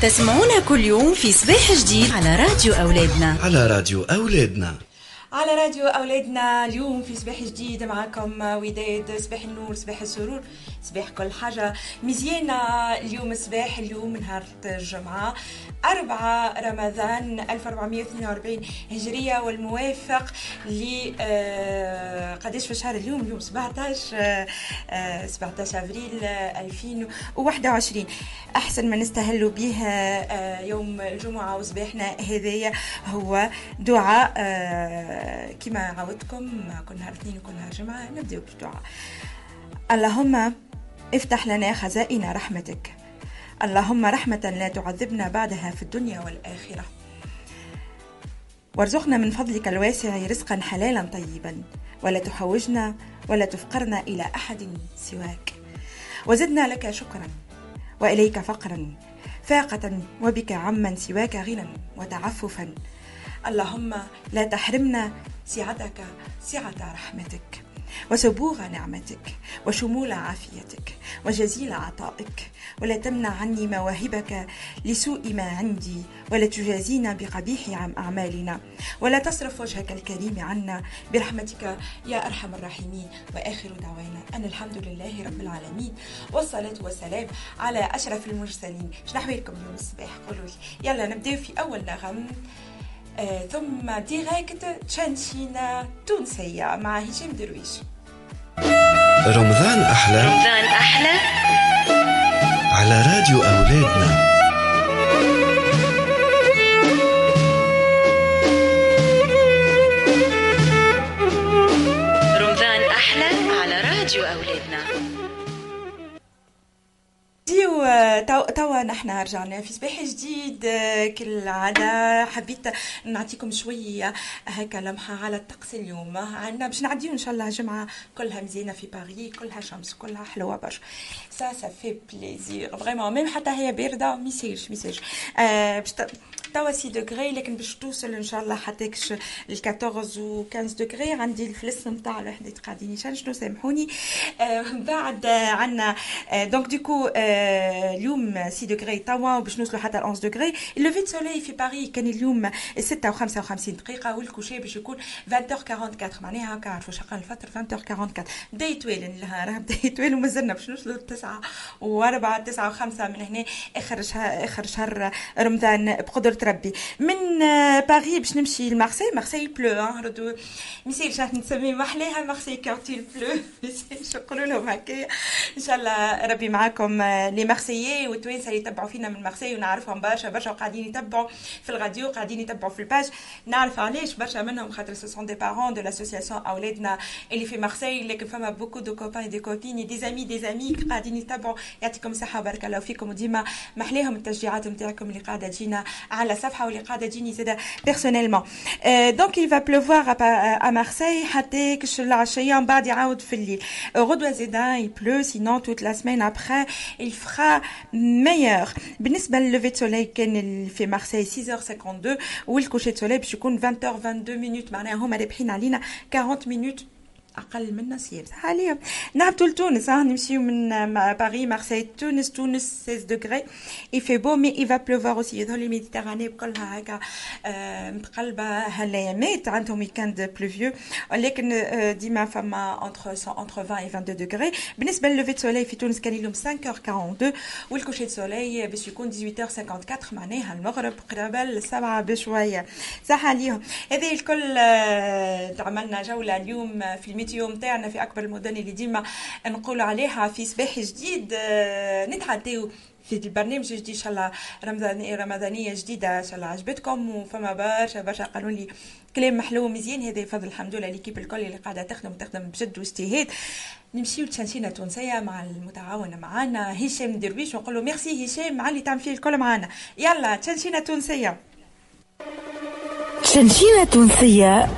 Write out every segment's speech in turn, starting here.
تسمعونا كل يوم في صباح جديد على راديو أولادنا. على راديو أولادنا. على راديو أولادنا اليوم في صباح جديد معكم وداد. صباح النور، صباح السرور، صباح كل حاجة مزيانة. اليوم صباح اليوم نهار الجمعة 4 رمضان 1442 هجرية، والموافق ل قداش في الشهر اليوم 17 أبريل 2021. أحسن ما نستهلوا به يوم الجمعة وصباحنا هذايا هو دعاء كما عودتكم كل نهار اثنين وكل نهار جمعة نبدأ بالدعاء. اللهم افتح لنا خزائن رحمتك، اللهم رحمة لا تعذبنا بعدها في الدنيا والآخرة، وارزقنا من فضلك الواسع رزقا حلالا طيبا، ولا تحوجنا ولا تفقرنا إلى أحد سواك، وزدنا لك شكرا وإليك فقرا، فاقة وبك عمن سواك غنى وتعففا. اللهم لا تحرمنا سعتك سعة رحمتك، وسبوغ نعمتك، وشمول عافيتك، وجزيل عطائك، ولا تمنع عني مواهبك لسوء ما عندي، ولا تجازينا بقبيح أعمالنا، ولا تصرف وجهك الكريم عنا برحمتك يا أرحم الراحمين. وآخر دعوانا أن الحمد لله رب العالمين، والصلاة والسلام على أشرف المرسلين. شنو أحوالكم اليوم الصباح؟ قولوا لي. يلا نبدأ في أول نغم ثم ديريكت تشانشينا تونسية مع هشام درويش. رمضان أحلى، رمضان أحلى على راديو أولادنا. رمضان أحلى على راديو أولادنا. توا نحن رجعنا في صباح جديد كالعادة. حبيت نعطيكم شوية هكا لمحة على الطقس اليوم. عندنا باش نعديو إن شاء الله جمعة كلها مزيانة في باريس، كلها شمس، كلها حلوة برشا. سا في بليزير فريمون، ميم حتى هي باردة ميسيرش باش توا 6 دوغري، لكن باش توصل ان شاء الله حتى ل 14 و 15 دوغري. عندي الفلس نتاع الوحدات قاعدين يشنشنوا سامحوني. بعد عندنا دونك ديكو اليوم 6 دوغري توا، وباش نوصلوا حتى 11 دوغري. اللوفي دو سولي في باريس كان اليوم 6 و55 دقيقة، والكوشي باش يكون 20h44. معناها هكا عرفوا شقال الفترة 20h44. بدا يتوالى النهار، بدا يتوالى ومازلنا باش نوصلوا 9 و4 9 و5 من هنا اخر شهر رمضان بقدرة ربي. من باريس باش نمشي لمارسيل. مارسيل بلو ردو ميسيل شاف نسمي محليها مارسيل كارتيل بلو. نقولوا لهم هكايا ان شاء الله ربي معاكم لي مارسيي والتوانسه اللي يتبعوا فينا من مارسيل، ونعرفهم برشا وقاعدين يتبعوا في الراديو، قاعدين يتبعوا في الباج. نعرف علاش برشا منهم خاطر سو سون دي بارون دو لاسوسياسيون اولادنا اللي في مارسيل، لكن فما بوكو دو كوبان دي كوبين دي زامي قاعدين يتبعوا. يعطيكم الصحه وبارك الله فيكم، وديما محليهم التشجيعات نتاعكم اللي قاعده تجينا على صفحه واللي قاعده تجيني زاده بيرسونيلمون. دونك il va pleuvoir à Marseille حتى كش العشيه من بعد يعاود في الليل. غدوه زاده il pleut, sinon toute la semaine après il fera meilleur. بالنسبه لللوفي دو سولي كان في مارسيل 6h52 والكوشي دو سولي باش يكون 20h22. معناها هما رابحين علينا 40 minutes أقل منا سير. حاليا نهبطوا لتونس، نمشيو من باريس مارسيل تونس 16 دوغري. il fait beau mais il va pleuvoir aussi. يظهر لي ميديتيراني بكلها هكا متقلبة هالأيامات، عندهم ويكاند بلوفيو، ولكن ديما فما entre 20 et 22 دوغري. بالنسبة للوفي دو سولي في تونس كان اليوم 5h42 والكوشي دو سولي باش يكون 18h54. معناها المغرب قرابة 7 بشوية. صح عليهم. هذه الكل عملنا جولة اليوم في الميتيو متاعنا في أكبر المدن اللي ديما نقول عليها في صباح جديد. نتعديو في البرنامج جديد إن شاء الله رمضانية جديدة إن شاء الله عجبتكم. وفما برشا قالوا لي كلام محلو مزيان. هذا فضل الحمد لله ليكيب الكل اللي قاعدة تخدم بجد واجتهاد. نمشيو تشانشينا تونسية مع المتعاون معنا هشام درويش، ونقول له ميرسي هشام على اللي تعمل فيه الكل معنا. يلا تشانشينا تونسية. تشانشينا تونسية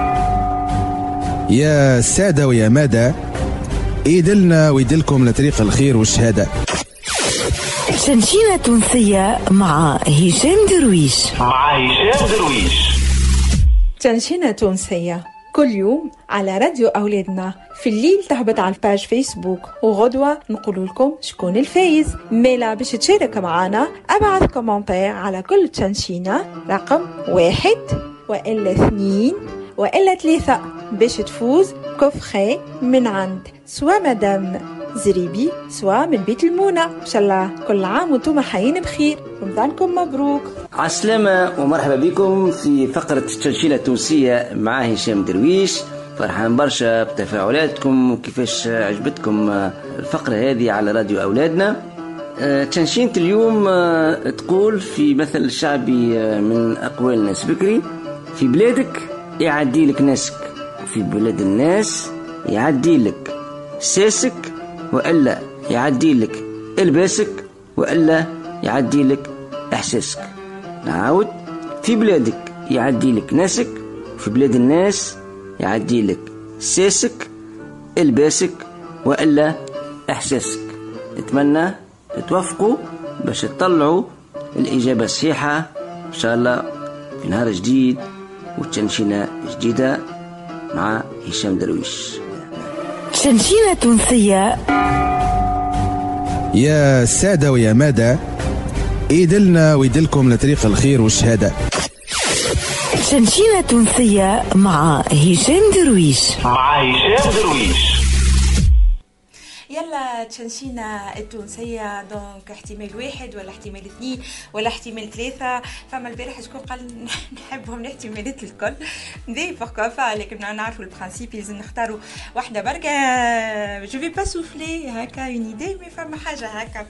يا السادة ويا مادة، إيدلنا ويدلكم لطريق الخير والشهادة. تشانشينا تونسية مع هشام درويش. تشانشينا تونسية كل يوم على راديو أولادنا. في الليل تهبط على الباج فيسبوك، وغدوة نقول لكم شكون الفايز. ميلا باش تشارك معنا ابعث كومنتير على كل تشانشينا رقم 1 وإلا 2 وإلا 3 باش تفوز كوفخي من عند سوا مدام زريبي سوا من بيت المونة. إن شاء الله كل عام وانتم حيين بخير، رمضانكم مبروك. عسلامة ومرحبا بكم في فقرة التشنشينة التونسية مع هشام درويش. فرحان برشا بتفاعلاتكم وكيفاش عجبتكم الفقرة هذه على راديو أولادنا. تشنشينة اليوم تقول في مثل الشعبي من أقوال الناس بكري: في بلادك يعدي لك ناسك، وفي بلاد الناس يعدي لك ساسك، وإلا يعدي لك الباسك، وإلا يعدي لك إحساسك. نعاود: في بلادك يعدي لك ناسك، وفي بلاد الناس يعدي لك ساسك، الباسك، وإلا إحساسك. نتمنى توافقوا باش تطلعوا الإجابة الصحيحة إن شاء الله في نهار جديد وتشنشينة جديدة مع هشام درويش. تشنشينة تونسية. يا سادة ويا مادة، إيدلنا ويدلكم لطريق الخير والشهادة. تشنشينة تونسية مع هشام درويش. يلا تشنشينا التونسية. دونك احتمال 1 ولا احتمال 2 ولا احتمال 3. فما البارح شكون قال نحبهم الاحتمالات الكل دي بوركوا، لكن نعرفوا البرانسيب لازم نختاروا واحدة بركة. جو في با سوفلي هكا اون ايدي، مي فما حاجة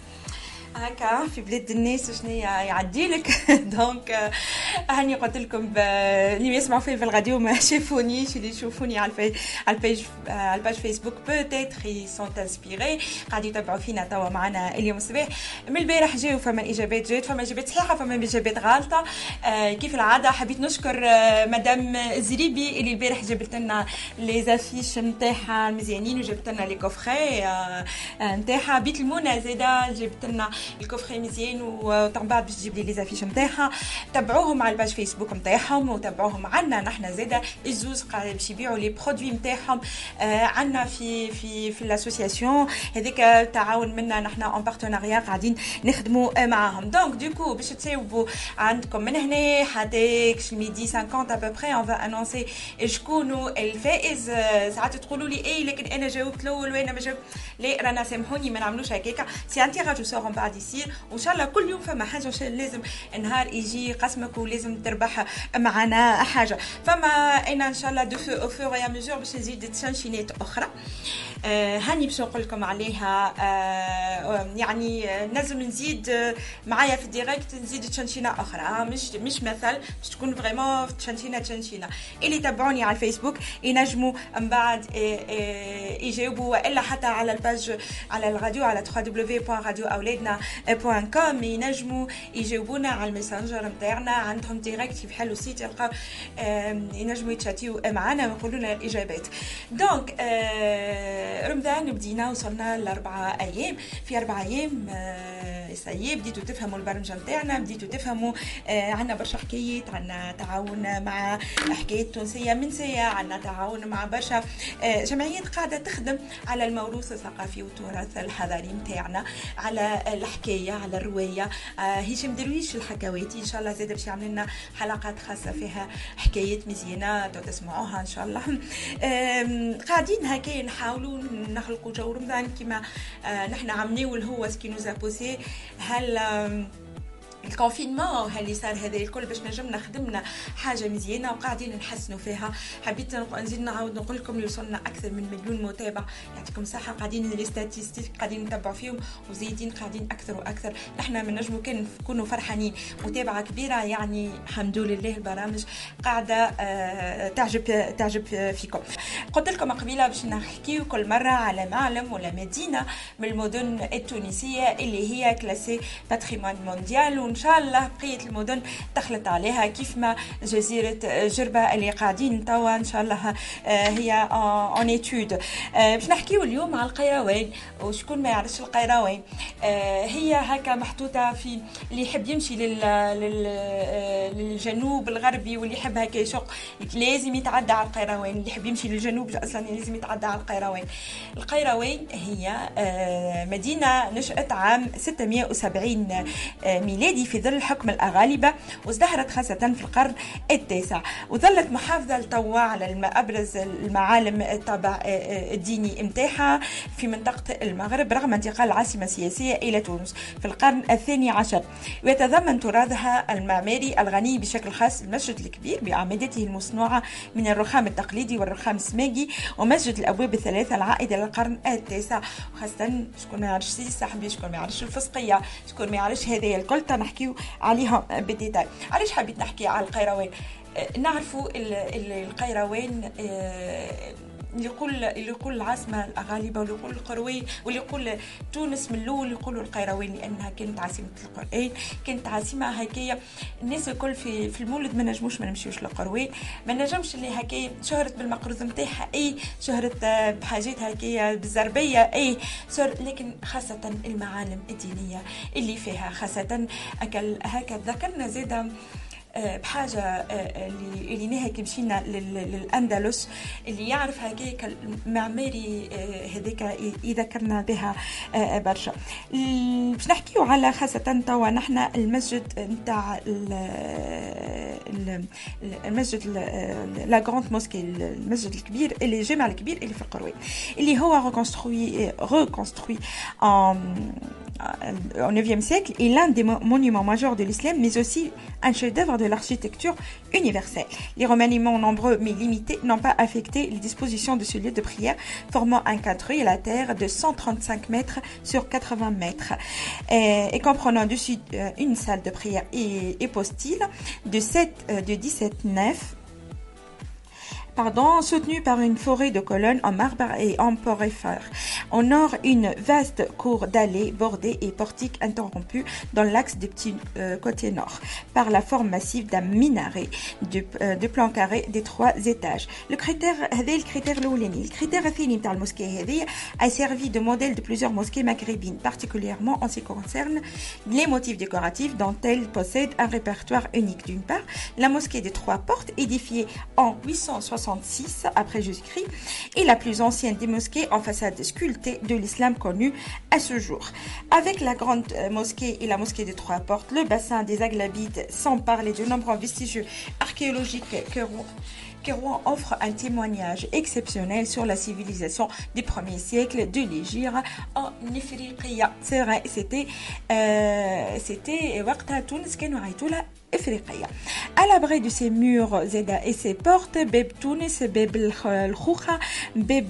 هكا في بلاد الناس شنو يعدي لك. دونك هاني قلت لكم اللي يسمعوا فيه في الراديو ما شافونيش، اللي يشوفوني على الباج فيسبوك بوتيتر يي سون انسبيري، قاعد يتابعوا فينا توا معنا اليوم الصباح. من البارح جاوا فما الاجابات، فما اجابات صحيحه فما اجابات غلطه. كيف العاده حبيت نشكر مدام زريبي اللي البارح جابت لنا لي زافيش نتاعها المزيانين، وجابت لنا لي كوفري نتاعها. بيت المونه زاده جابت لنا الكوفري مزيان، وطبعا بعد باش تجيب لي لي زافيش نتاعها. تابعوهم على الباج فيسبوك نتاعهم، وتابعوهم عنا نحنا زاده الزوز قاعد باش يبيعوا لي برودوي نتاعهم عنا في الاسوسياسيون هذيك تعاون منا نحنا ان بارتناريا قاعدين نخدموا معاهم. دونك دوكو باش تساوبوا عندكم من هنا حتى الميدي 50 ابوبري اون فا انونسي شكونوا الفائز. ساعات تقولوا لي اي لكن انا جاوبت الاول وانا ما جاوبت. لا رانا سامحوني ما نعملوش هكاك، سي ان تيراج وسور بعد يصير، وان شاء الله كل يوم فما حاجه لازم نهار يجي قسمك ولازم تربح معنا حاجه. فما انا ان شاء الله دو او فور يا ميزور باش نزيد تشانشينات اخرى هاني باش نقول لكم عليها. يعني نجم نزيد معايا في الديريكت نزيد تشانشينه اخرى، مش مثل باش تكون فريمون تشانشينه اللي تابعوني على الفيسبوك ينجموا من بعد يجاوبوا، والا حتى على الباج على الراديو على www.radioauledna.com ينجموا يجاوبونا على الميسنجر نتاعنا. عندهم ديريكت يحلوا السيت يلقاو ينجموا يتشاتيو معنا ويقولوا لنا الاجابات. دونك رمضان بدينا وصلنا ل4 ايام. في 4 ايام سايي بديتوا تفهموا البرمجه نتاعنا، بديتوا تفهموا عندنا برشا حكايات، عندنا تعاون مع حكايات تونسيه منسيه، عندنا تعاون مع برشا جمعيات قاعده تخدم على الموروث الثقافي والتراث الحضاري نتاعنا، على الحكايه، على الروايه. هشام درويش الحكاواتي ان شاء الله زاد باش يعمل لنا حلقات خاصه فيها حكايات مزيانه تسمعوها ان شاء الله. قاعدين هكا نحاولوا نخلقوا جو رمضان كما نحن عملناه هو سكي نوزا بوسي. هل الكونفينمون اللي صار هذا الكل باش نجمنا خدمنا حاجه مزيانه وقاعدين نحسنوا فيها. حبيت نزيد نعاود نقول لكم اللي وصلنا اكثر من 1,000,000 متابع، يعطيكم الصحه. قاعدين لي ستاتستيك قاعدين نتبعوا فيهم وزايدين قاعدين اكثر واكثر. نحن من نجموا كان نكونوا فرحانين، متابعه كبيره يعني الحمد لله. البرامج قاعده تعجب فيكم. قلت لكم قبيله باش نحكيو كل مره على معلم ولا مدينه من المدن التونسيه اللي هي كلاسي باتريمون مونديال، وان شاء الله بقية المدن تخلط عليها كيف ما جزيرة جربة اللي قاعدين توا إن شاء الله هي اون ايتود. باش نحكيو اليوم على القيروان، وشكون ما يعرفش القيروان. هي هكا محطوطة في اللي يحب يمشي للجنوب الغربي واللي يحب هكا يشق لازم يتعدى على القيروان، اللي يحب يمشي للجنوب أصلا لازم يتعدى على القيروان. القيروان هي مدينة نشأت عام 670 ميلادي في ظل حكم الأغالبة، وازدهرت خاصة في القرن التاسع، وظلت محافظة لتوا على أبرز المعالم الطابع الديني متاعها في منطقة المغرب، رغم انتقال العاصمة السياسية إلى تونس في القرن الثاني عشر. ويتضمن تراثها المعماري الغني بشكل خاص المسجد الكبير بأعمدته المصنوعة من الرخام التقليدي والرخام السماقي، ومسجد الأبواب الثلاثة العائدة للقرن التاسع. وخاصة شكون ما يعرفش سيدي صاحبي، شكون ما يعرفش الفسقية، شكون ما يعرفش هذه الكل تنحكيو عليهم بالديتاي. علاش حبيت نحكي على القيروان؟ نعرفوا القيروان اللي يقول العاصمة الأغالبة، واللي يقول القروي، واللي يقول تونس من الأول يقولوا القيروان لأنها كانت عاصمة القرآن، كانت عاصمة هكايا. الناس الكل في المولد ما نجموش ما نمشيوش للقروان، ما نجمش اللي هكايا شهرت بالمقروض نتاعها، أي شهرت بحاجات هكايا بالزربية، أي لكن خاصة المعالم الدينية اللي فيها، خاصة هكا ذكرنا زيدا بحاجة اللي نهاك مشينا للأندلس، اللي يعرف هكاك المعماري هذيك يذكرنا بها برشا. باش نحكيو على خاصة توا نحن المسجد نتاع المسجد لا غراند موسكي، المسجد الكبير اللي الجامع الكبير اللي في القروان، اللي هو reconstruit au 9e siècle est l'un des monuments majeurs de l'islam, mais aussi un chef-d'œuvre de l'architecture universelle. Les remaniements nombreux mais limités n'ont pas affecté les dispositions de ce lieu de prière, formant un quadrilatère de 135 mètres sur 80 mètres et comprenant dessus une salle de prière et hypostyle de 17 nefs, soutenu par une forêt de colonnes en marbre et en porphyre. Au nord, une vaste cour d'allées bordée et portique interrompue dans l'axe du petit côté nord par la forme massive d'un minaret de plan carré des 3 étages. Le critère l'ouleni. Le critère الثاني نتاع المosquée هذه a servi de modèle de plusieurs mosquées maghrébines, particulièrement en ce qui concerne les motifs décoratifs dont elle possède un répertoire unique. D'une part, la mosquée des 3 portes, édifiée en 866 après Jésus-Christ, est la plus ancienne des mosquées en façade sculptée de l'islam connue à ce jour. Avec la grande mosquée et la mosquée des 3 portes, le bassin des Aghlabides, sans parler de nombreux vestiges archéologiques que Rouen offre un témoignage exceptionnel sur la civilisation des premiers siècles de l'Égypte en Ifriqiya. C'est vrai, c'était وقتها تونس كانوا عيطولها إفريقية. À l'abri de ses murs et ses portes, باب تونس، باب الخوخة، باب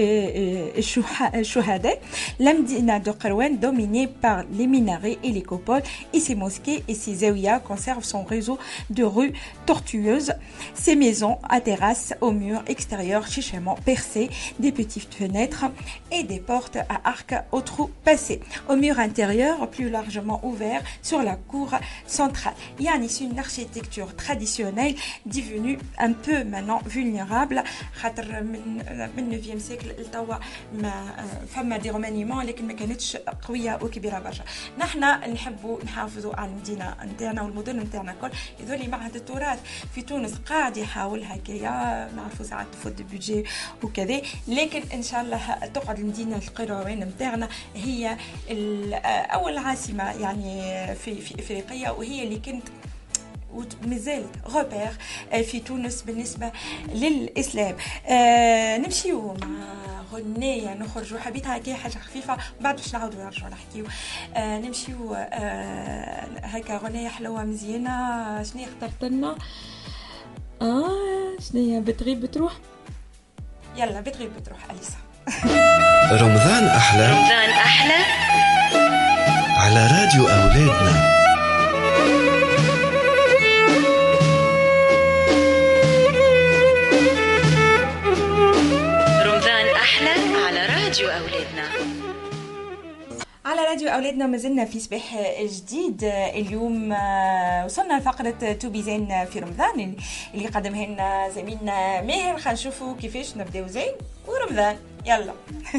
الشهداء. La Médina de Kairouan, dominée par les minarets et les coupoles, et ses mosquées et ses zawiyas conservent son réseau de rues tortueuses, ses maisons à terrasses aux murs extérieurs chichement percés, des petites fenêtres et des portes à arcs aux trous passés. Au mur intérieur, plus largement ouvert sur la cour centrale. C'est une architecture traditionnelle devenue un peu maintenant vulnérable. من 9e siècle لتوا فما دي رومانيمون لكن ما كانتش قويه وكبيره برشا. نحن نحبوا نحافظوا على المدينه نتاعنا والمدن نتاعنا الكل. يذولي معهد التراث في تونس قاعد يحاول هكايا، نعرفوا ساعات تفوت بيدجي وكذا، لكن ان شاء الله تقعد المدينه القيروان نتاعنا هي اول عاصمه يعني في افريقيا، وهي اللي كانت ومازالت غوبير في تونس بالنسبة للإسلام. نمشيو مع غنية، نخرجوا حبيت هكا حاجة خفيفة بعد باش نعاودوا نرجعوا نحكيو. نمشيو هكا غنية حلوة مزيانة. شنو اخترت لنا؟ شنو بتغيب بتروح؟ يلا بتغيب بتروح أليسا. رمضان أحلى، رمضان أحلى على راديو أولادنا. على راديو أولادنا. على راديو أولادنا ما زلنا في صباح جديد. اليوم وصلنا لفقرة توبي زين في رمضان اللي قدمها لنا زميلنا ماهر. خلينا نشوفوا كيفاش نبداو زين ورمضان. يلا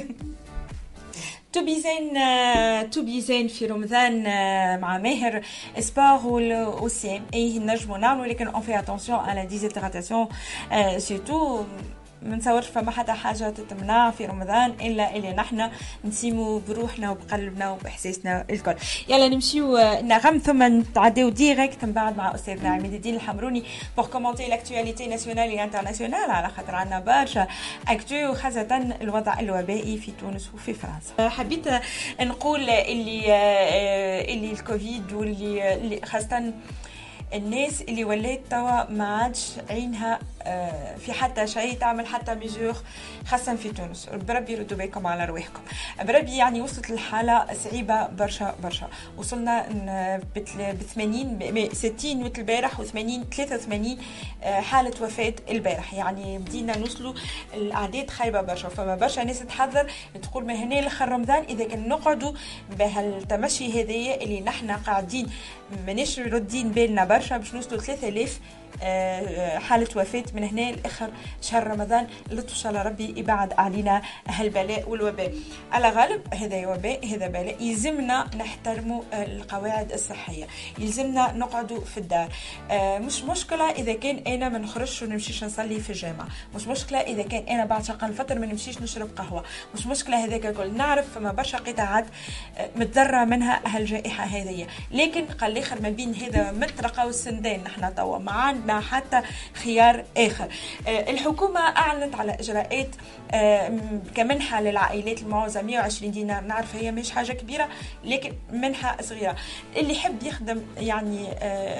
توبي زين في رمضان مع ماهر سبور والصيام. اي نجموا نعملوا لكن اون في اتونسيون على ديزيدراتاسيون سورتو. ما نتصورش فما حتى حاجه تتمنع في رمضان الا اللي نحنا نسيموا بروحنا وبقلبنا وباحساسنا الكل. يلا نمشيو نغم ثم نتعداو ديريكت من بعد مع استاذنا عماد الدين الحمروني بور كومونتي لاكتواليتي ناسيونال وانترناسيونال، على خاطر عندنا برشا اكتو وخاصه الوضع الوبائي في تونس وفي فرنسا. حبيت نقول اللي الكوفيد واللي خاصه الناس اللي ولات توا ما عادش عينها في حتى شيء تعمل حتى ميزور خاصة في تونس. بربي يردوا بالكم على رواحكم. بربي يعني وصلت الحالة صعيبة برشا. وصلنا ب 60 مثل البارح و80 83 حالة وفاة البارح. يعني بدينا نوصلوا الأعداد خايبة برشا. فما برشا ناس تحذر تقول من هنا لآخر رمضان إذا كان نقعدوا بهالتمشي هذايا اللي نحنا قاعدين ماناش ردين بالنا برشا باش نوصلوا 3000 حالة وفاة من هنا لآخر شهر رمضان. لطف الله ربي يبعد علينا هالبلاء والوباء. على غالب هذا وباء هذا بلاء. يلزمنا نحترموا القواعد الصحية، يلزمنا نقعدوا في الدار. مش مشكلة إذا كان أنا ما نخرجش ونمشيش نصلي في الجامع، مش مشكلة إذا كان أنا بعد شقة الفطر ما نمشيش نشرب قهوة، مش مشكلة هذاك الكل. نعرف فما برشا قطاعات متضررة منها هالجائحة هذه، لكن قال الآخر ما بين هذا مطرقة والسندان نحن توا ما عندنا حتى خيار آخر. الحكومة أعلنت على إجراءات كمنحة للعائلات المعوزة 120 دينار. نعرف هي مش حاجة كبيرة لكن منحة صغيرة. اللي يحب يخدم يعني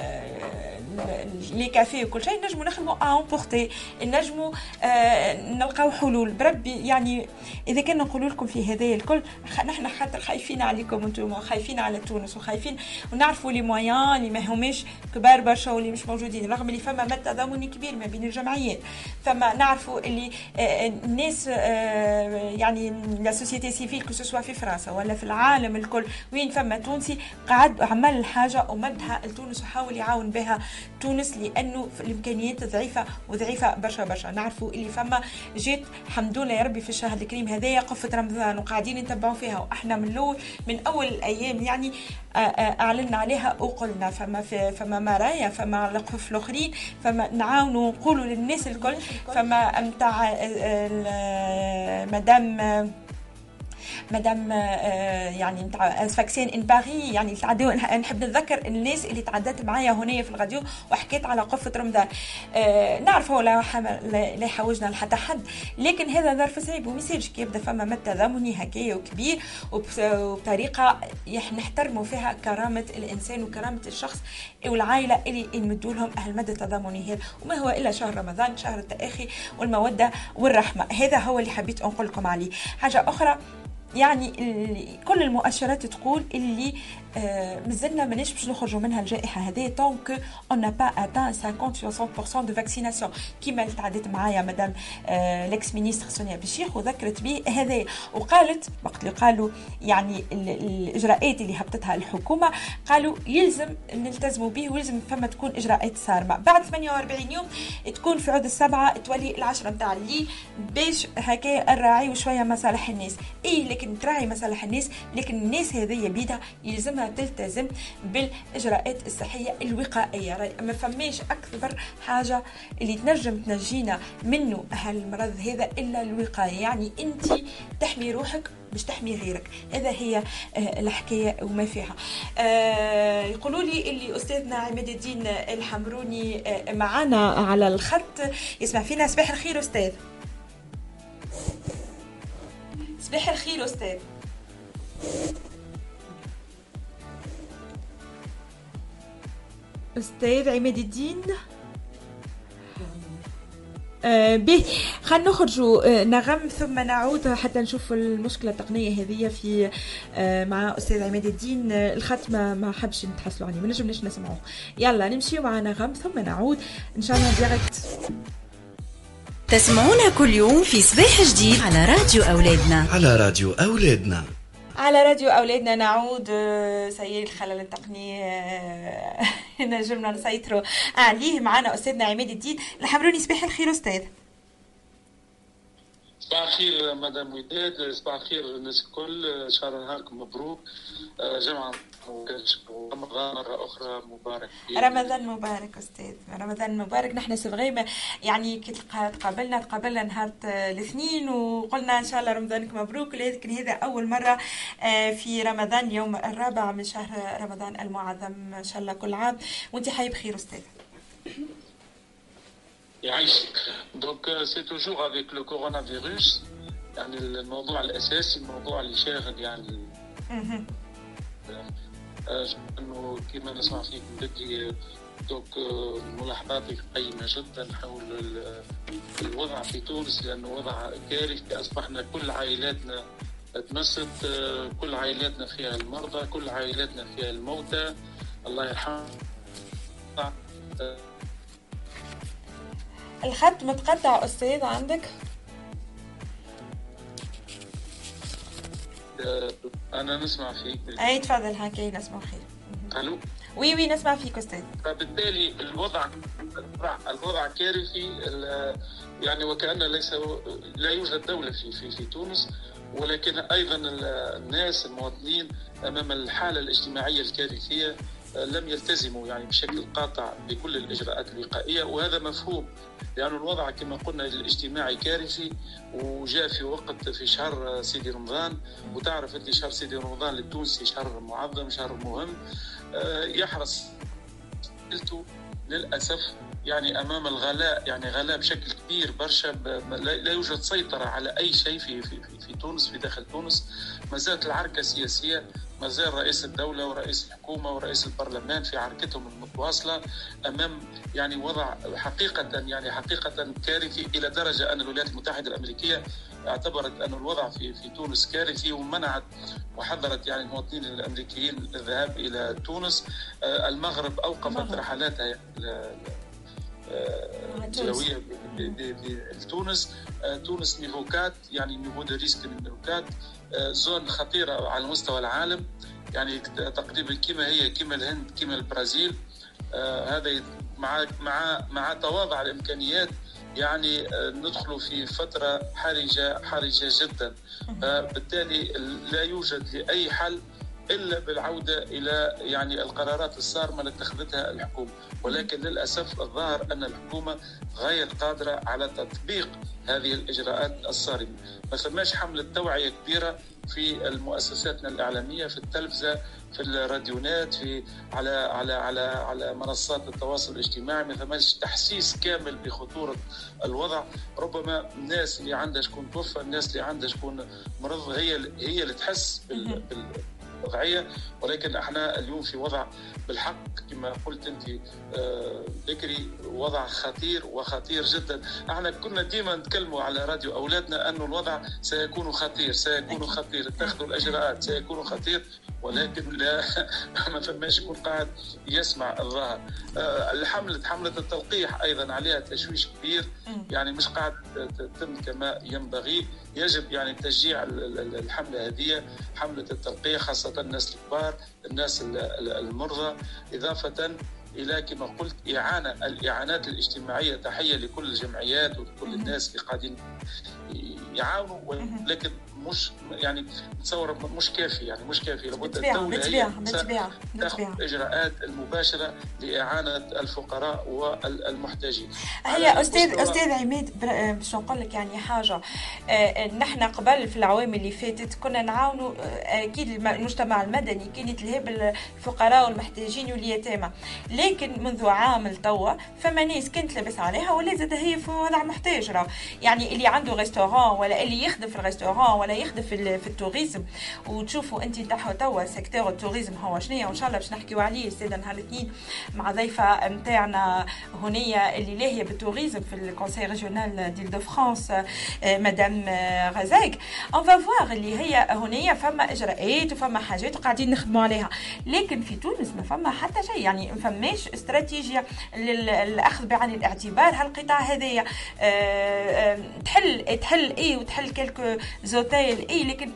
لي كافيه وكل شيء نجموا نخدموا امبورتي، نجموا نلقاو حلول. بربي يعني إذا كنا نقول لكم في هذا الكل نحن خاطر خايفين عليكم انتم، خايفين على تونس وخايفين ونعرفوا لي مويان اللي ما هماش كبار برشا واللي مش موجودين، رغم اللي فما مد تضامني كبير ما بين الجمعيات. فما نعرفوا اللي الناس يعني لا سوسيتي سيفيل كو سوسوا في فرنسا ولا في العالم الكل وين فما تونسي قاعد عمل الحاجه ومدها لتونس وحاول يعاون بها تونس، لانه الامكانيات ضعيفه وضعيفه برشا. نعرفوا اللي فما جات الحمد لله يا ربي في الشهر الكريم هذايا قفه رمضان وقاعدين نتبعوا فيها، واحنا من اول الايام يعني اعلنا عليها وقلنا فما مرايا فما القف الاخرين فما نعاونوا نقولوا للناس الكل. فما متاع مدام يعني نتاع فاكسين ان باري، يعني تعدوا. نحب نتذكر الناس اللي تعدت معايا هنا في الراديو وحكيت على قفه رمضان. نعرفه لا يحوجنا لحتى حد، لكن هذا ظرف صعيب وميساج كي يبدا فما مد تضامني هكايا وكبير وبطريقه نحترموا فيها كرامه الانسان وكرامه الشخص والعائله اللي نمدوا لهم المد التضامني هذا. وما هو الا شهر رمضان، شهر التآخي والموده والرحمه. هذا هو اللي حبيت نقول لكم عليه. حاجه اخرى يعني كل المؤشرات تقول اللي مازلنا ماناش باش نخرجوا منها الجائحه هذه طونك اون نا با اتان 50-60% دو فاكسيناسيون كيما اللي تعدت معايا مدام ليكس مينيستر سونيا بشيخ وذكرت به هذا. وقالت وقت اللي قالوا يعني الاجراءات اللي هبطتها الحكومه قالوا يلزم نلتزموا به ويلزم فما تكون اجراءات صارمه. بعد 48 يوم تكون في عود السبعه تولي العشره نتاع الليل باش هكا الراعي وشويه مصالح الناس. لكن تراعي مصالح الناس، لكن الناس هذه بيدها يلزمها تلتزم بالاجراءات الصحيه الوقائيه. ما فماش اكبر حاجه اللي تنجم تنجينا منه هالمرض هذا الا الوقايه. يعني انت تحمي روحك باش تحمي غيرك. هذا هي الحكايه وما فيها. يقولوا لي اللي استاذنا عماد الدين الحمروني معنا على الخط يسمع فينا. صباح الخير استاذ. صباح الخير أستاذ. أستاذ عماد الدين. به خلينا نخرجوا نغم ثم نعود حتى نشوف المشكلة التقنية هذه في مع أستاذ عماد الدين. الخط ما حبش نتحصلوا عليه، ما نجمناش نسمعوه. يلا نمشي مع نغم ثم نعود إن شاء الله ديريكت. تسمعونا كل يوم في صباح جديد على راديو أولادنا. على راديو أولادنا. على راديو أولادنا نعود. سيد الخلل التقني نجمنا نسيطروا عليه. معنا أستاذنا عماد الدين الحمروني. صباح الخير أستاذ. صباح الخير مدام وداد، صباح الخير الناس الكل، شهر نهاركم مبروك، جمعة رمضان مرة أخرى مبارك. رمضان مبارك أستاذ، رمضان مبارك. نحن سبغيمة يعني كي تقابلنا نهار الاثنين وقلنا إن شاء الله رمضانك مبروك، لكن هذا أول مرة في رمضان، يوم الرابع من شهر رمضان المعظم. إن شاء الله كل عام وأنت حي بخير أستاذ. يعيشك. دونك سي توجور افيك لو كورونا فيروس، يعني الموضوع الاساسي، الموضوع اللي شاغل يعني انه كما نسمع فيك بدي دونك ملاحظاتك قيمه جدا حول الوضع في تونس، لانه وضع كارثي. اصبحنا كل عائلاتنا تمست، كل عائلاتنا فيها المرضى، كل عائلاتنا فيها الموتى، الله يرحمهم. الخط متقطع أستاذ عندك؟ أنا نسمع فيك. أي تفضل هكي نسمع خير. ألو. وي نسمع فيك أستاذ. فبالتالي الوضع كارثي، يعني وكأن لا يوجد دولة في تونس، ولكن أيضا الناس المواطنين أمام الحالة الاجتماعية الكارثية لم يلتزموا يعني بشكل قاطع بكل الإجراءات الوقائية، وهذا مفهوم لأن الوضع كما قلنا الاجتماعي كارثي، وجاء في وقت في شهر سيدي رمضان، وتعرف أنت شهر سيدي رمضان للتونسي شهر معظم، شهر مهم، يحرص للأسف يعني أمام الغلاء، يعني غلاء بشكل كبير برشا، لا يوجد سيطرة على أي شيء في تونس، في داخل تونس. ما زالت العركة السياسية، ما زال رئيس الدولة ورئيس الحكومة ورئيس البرلمان في عركتهم المتواصلة أمام يعني وضع حقيقة كارثي، إلى درجة أن الولايات المتحدة الأمريكية اعتبرت أن الوضع في تونس كارثي، ومنعت وحذرت يعني المواطنين الأمريكيين الذهاب إلى تونس. المغرب أوقفت رحلاتها الجوية بتونس. تونس نيفو 4، يعني نيفو دو ريسك نيفو 4، زون خطيرة على مستوى العالم، يعني تقريبا كما الهند كما البرازيل. هذا مع تواضع الإمكانيات، يعني ندخل في فترة حرجة جدا. بالتالي لا يوجد لأي حل إلا بالعودة إلى يعني القرارات الصارمة التي اتخذتها الحكومة، ولكن للأسف الظاهر أن الحكومة غير قادرة على تطبيق هذه الإجراءات الصارمة. ما فماش حملة توعية كبيرة في المؤسساتنا الإعلامية، في التلفزة، في الراديونات، على منصات التواصل الاجتماعي. ما فماش تحسيس كامل بخطورة الوضع. ربما الناس اللي عندها شكون توفى، الناس اللي عندها شكون مرض، هي اللي تحس وضعية، ولكن احنا اليوم في وضع بالحق كما قلت انت ذكري، وضع خطير جدا. احنا كنا ديما نتكلموا على راديو اولادنا انه الوضع سيكون خطير، اتخذوا الاجراءات سيكون خطير، ولكن لا ما فماش يكون قاعد يسمع الظاهر. حملة التلقيح ايضا عليها تشويش كبير، يعني مش قاعد تتم كما ينبغي. يجب يعني تشجيع الحملة هذه، حملة التلقيح، خاصة الناس الكبار، الناس المرضى، إضافة إلى كما قلت الإعانات الاجتماعية. تحية لكل الجمعيات وكل الناس اللي قاعدين يعاونوا، ولكن مش يعني نتصور مش كافي، يعني مش كافي. لابد الدولة تأخذ إجراءات المباشرة لإعانة الفقراء والمحتاجين. هي أستاذ عماد، باش نقول لك يعني حاجة، نحن قبل في العوام اللي فاتت كنا نعاونوا أكيد المجتمع المدني، كانت تلهب الفقراء والمحتاجين واليتامى، لكن منذ عام توا فما ناس كانت لبس عليها ولا زاد هي في وضع محتاج. يعني اللي عنده ريستوران ولا اللي يخدم في الريستوران ولا يخدم في التوريزم، وتشوفوا انت توا سيكتور التوريزم هو شنو، وان شاء الله باش نحكيوا عليه الساده نهار الاثنين مع ضيفه نتاعنا هنيه اللي لاهيه بالتوريزم في الكونساي ريجيونال ديل دو فرانس مدام غزاق. اون فا فوار اللي هي هنيه فما اجراءات وفما حاجات وقاعدين نخدموا عليها، لكن في تونس ما فما حتى شيء، يعني ما فماش استراتيجيه للاخذ بعين الاعتبار هالقطاع هذايا. تحل ايه وتحل كلكو زوتيل ايه، لكن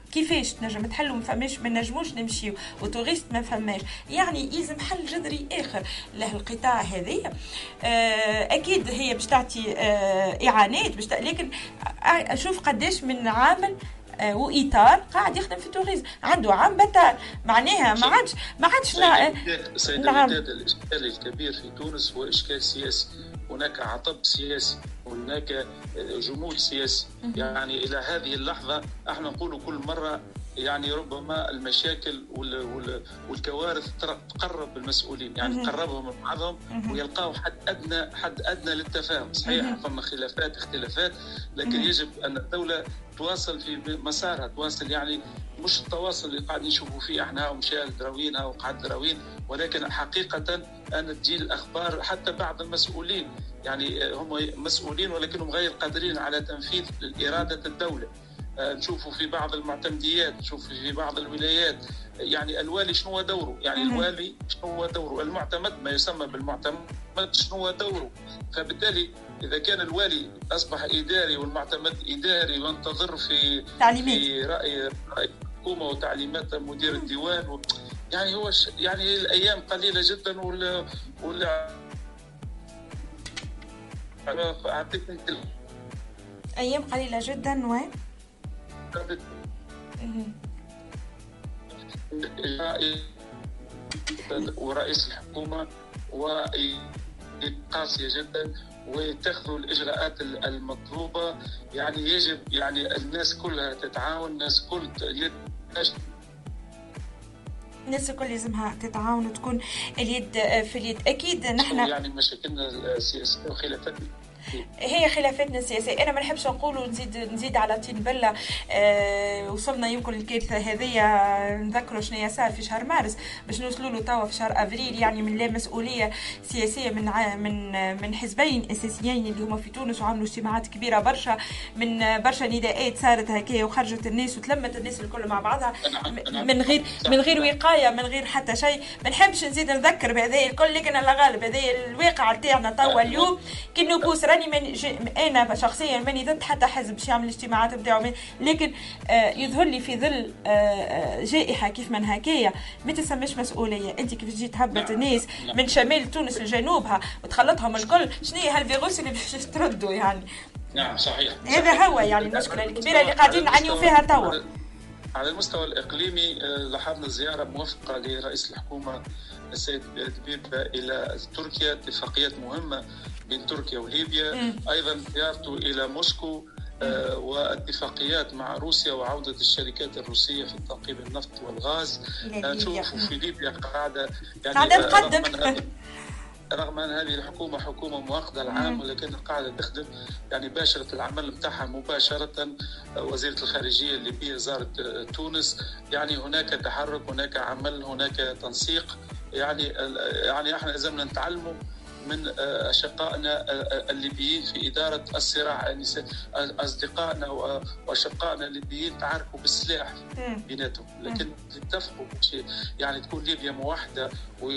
كيفاش تنجم تحلوا؟ ما نجموش نمشيو وتوريست ما فماش، يعني يلزم حل جذري اخر له القطاع هذه. اكيد هي باش تعطي اعانات لكن اشوف قداش من عامل واطار قاعد يخدم في التوريزم عنده عام بتال، معناها ما عادش نعم. الاشكال الكبير في تونس هو اشكال سياسي، هناك عطب سياسي، هناك جمود سياسي. يعني الى هذه اللحظه احنا نقول كل مره يعني ربما المشاكل والكوارث تقرب المسؤولين، يعني تقربهم من بعضهم ويلقاو حد ادنى للتفاهم. صحيح فما اختلافات، لكن يجب ان الدوله تواصل في مسارها، تواصل يعني مش التواصل اللي قاعد نشوفوا فيه احنا ومشاهد دراوينها وقعد دراوين، ولكن حقيقه ان تجي الاخبار حتى بعض المسؤولين يعني هم مسؤولين ولكنهم غير قادرين على تنفيذ اراده الدوله. نشوفوا في بعض المعتمديات، نشوف في بعض الولايات يعني الوالي شنو هو دوره، يعني الوالي شنو هو دوره، المعتمد ما يسمى بالمعتمد شنو هو دوره. فبالتالي إذا كان الوالي أصبح إداري والمعتمد إداري وانتظر في رأي الحكومة وتعليمات مدير الديوان يعني هو يعني الأيام قليلة جدا أيام قليلة جدا ورئيس الحكومة قاسية جدا ويتخذوا الإجراءات المطلوبة. يعني يجب يعني الناس كلها تتعاون، الناس الكل لازمها تتعاون وتكون اليد في اليد. أكيد نحن يعني مشاكلنا السياسية وخلافاتنا هي خلافاتنا السياسية. أنا ما نحبش نقول نزيد على طين بلة. وصلنا يمكن الكارثة هذه نذكروا شنو صار في شهر مارس باش نوصلوا له توا في شهر أفريل، يعني من لا مسؤولية سياسية من حزبين أساسيين اللي هما في تونس، وعملوا اجتماعات كبيرة برشا من برشا نداءات صارت هكايا وخرجت الناس وتلمت الناس الكل مع بعضها من غير وقاية من غير حتى شيء. ما نحبش نزيد نذكر بهذا الكل، لكن الله غالب هذا الواقع تاعنا توا اليوم كي نبوس. أنا شخصيا ماني ضد حتى حزب باش يعمل الاجتماعات نتاعو، لكن يظهر لي في ظل جائحة كيف من هكايا ما تسميش مسؤولية. أنت كيف تجي تهبط الناس من شمال تونس لجنوبها وتخلطهم الكل، شنو هي هالفيروس اللي باش تردوا يعني؟ نعم صحيح. هذا هو يعني المشكلة الكبيرة اللي قاعدين نعانيوا فيها توا. على المستوى الإقليمي لاحظنا زيارة موفقة لرئيس الحكومة السيد دبيب إلى تركيا، اتفاقيات مهمة بين تركيا وليبيا، أيضا زيارته إلى موسكو واتفاقيات مع روسيا وعودة الشركات الروسية في تنقيب النفط والغاز. نشوف في ليبيا قاعدة يعني رغم أن هذه الحكومة حكومة مؤقتة العام، ولكن قاعدة تخدم يعني باشرة العمل متاعها مباشرة. وزيرة الخارجية الليبية زارت تونس، يعني هناك تحرك، هناك عمل، هناك تنسيق. يعني احنا لازمنا نتعلموا من أشقائنا الليبيين في إدارة الصراع. يعني أصدقائنا وأشقائنا الليبيين تعاركوا بالسلاح بيناتهم، لكن اتفقوا يعني تكون ليبيا موحدة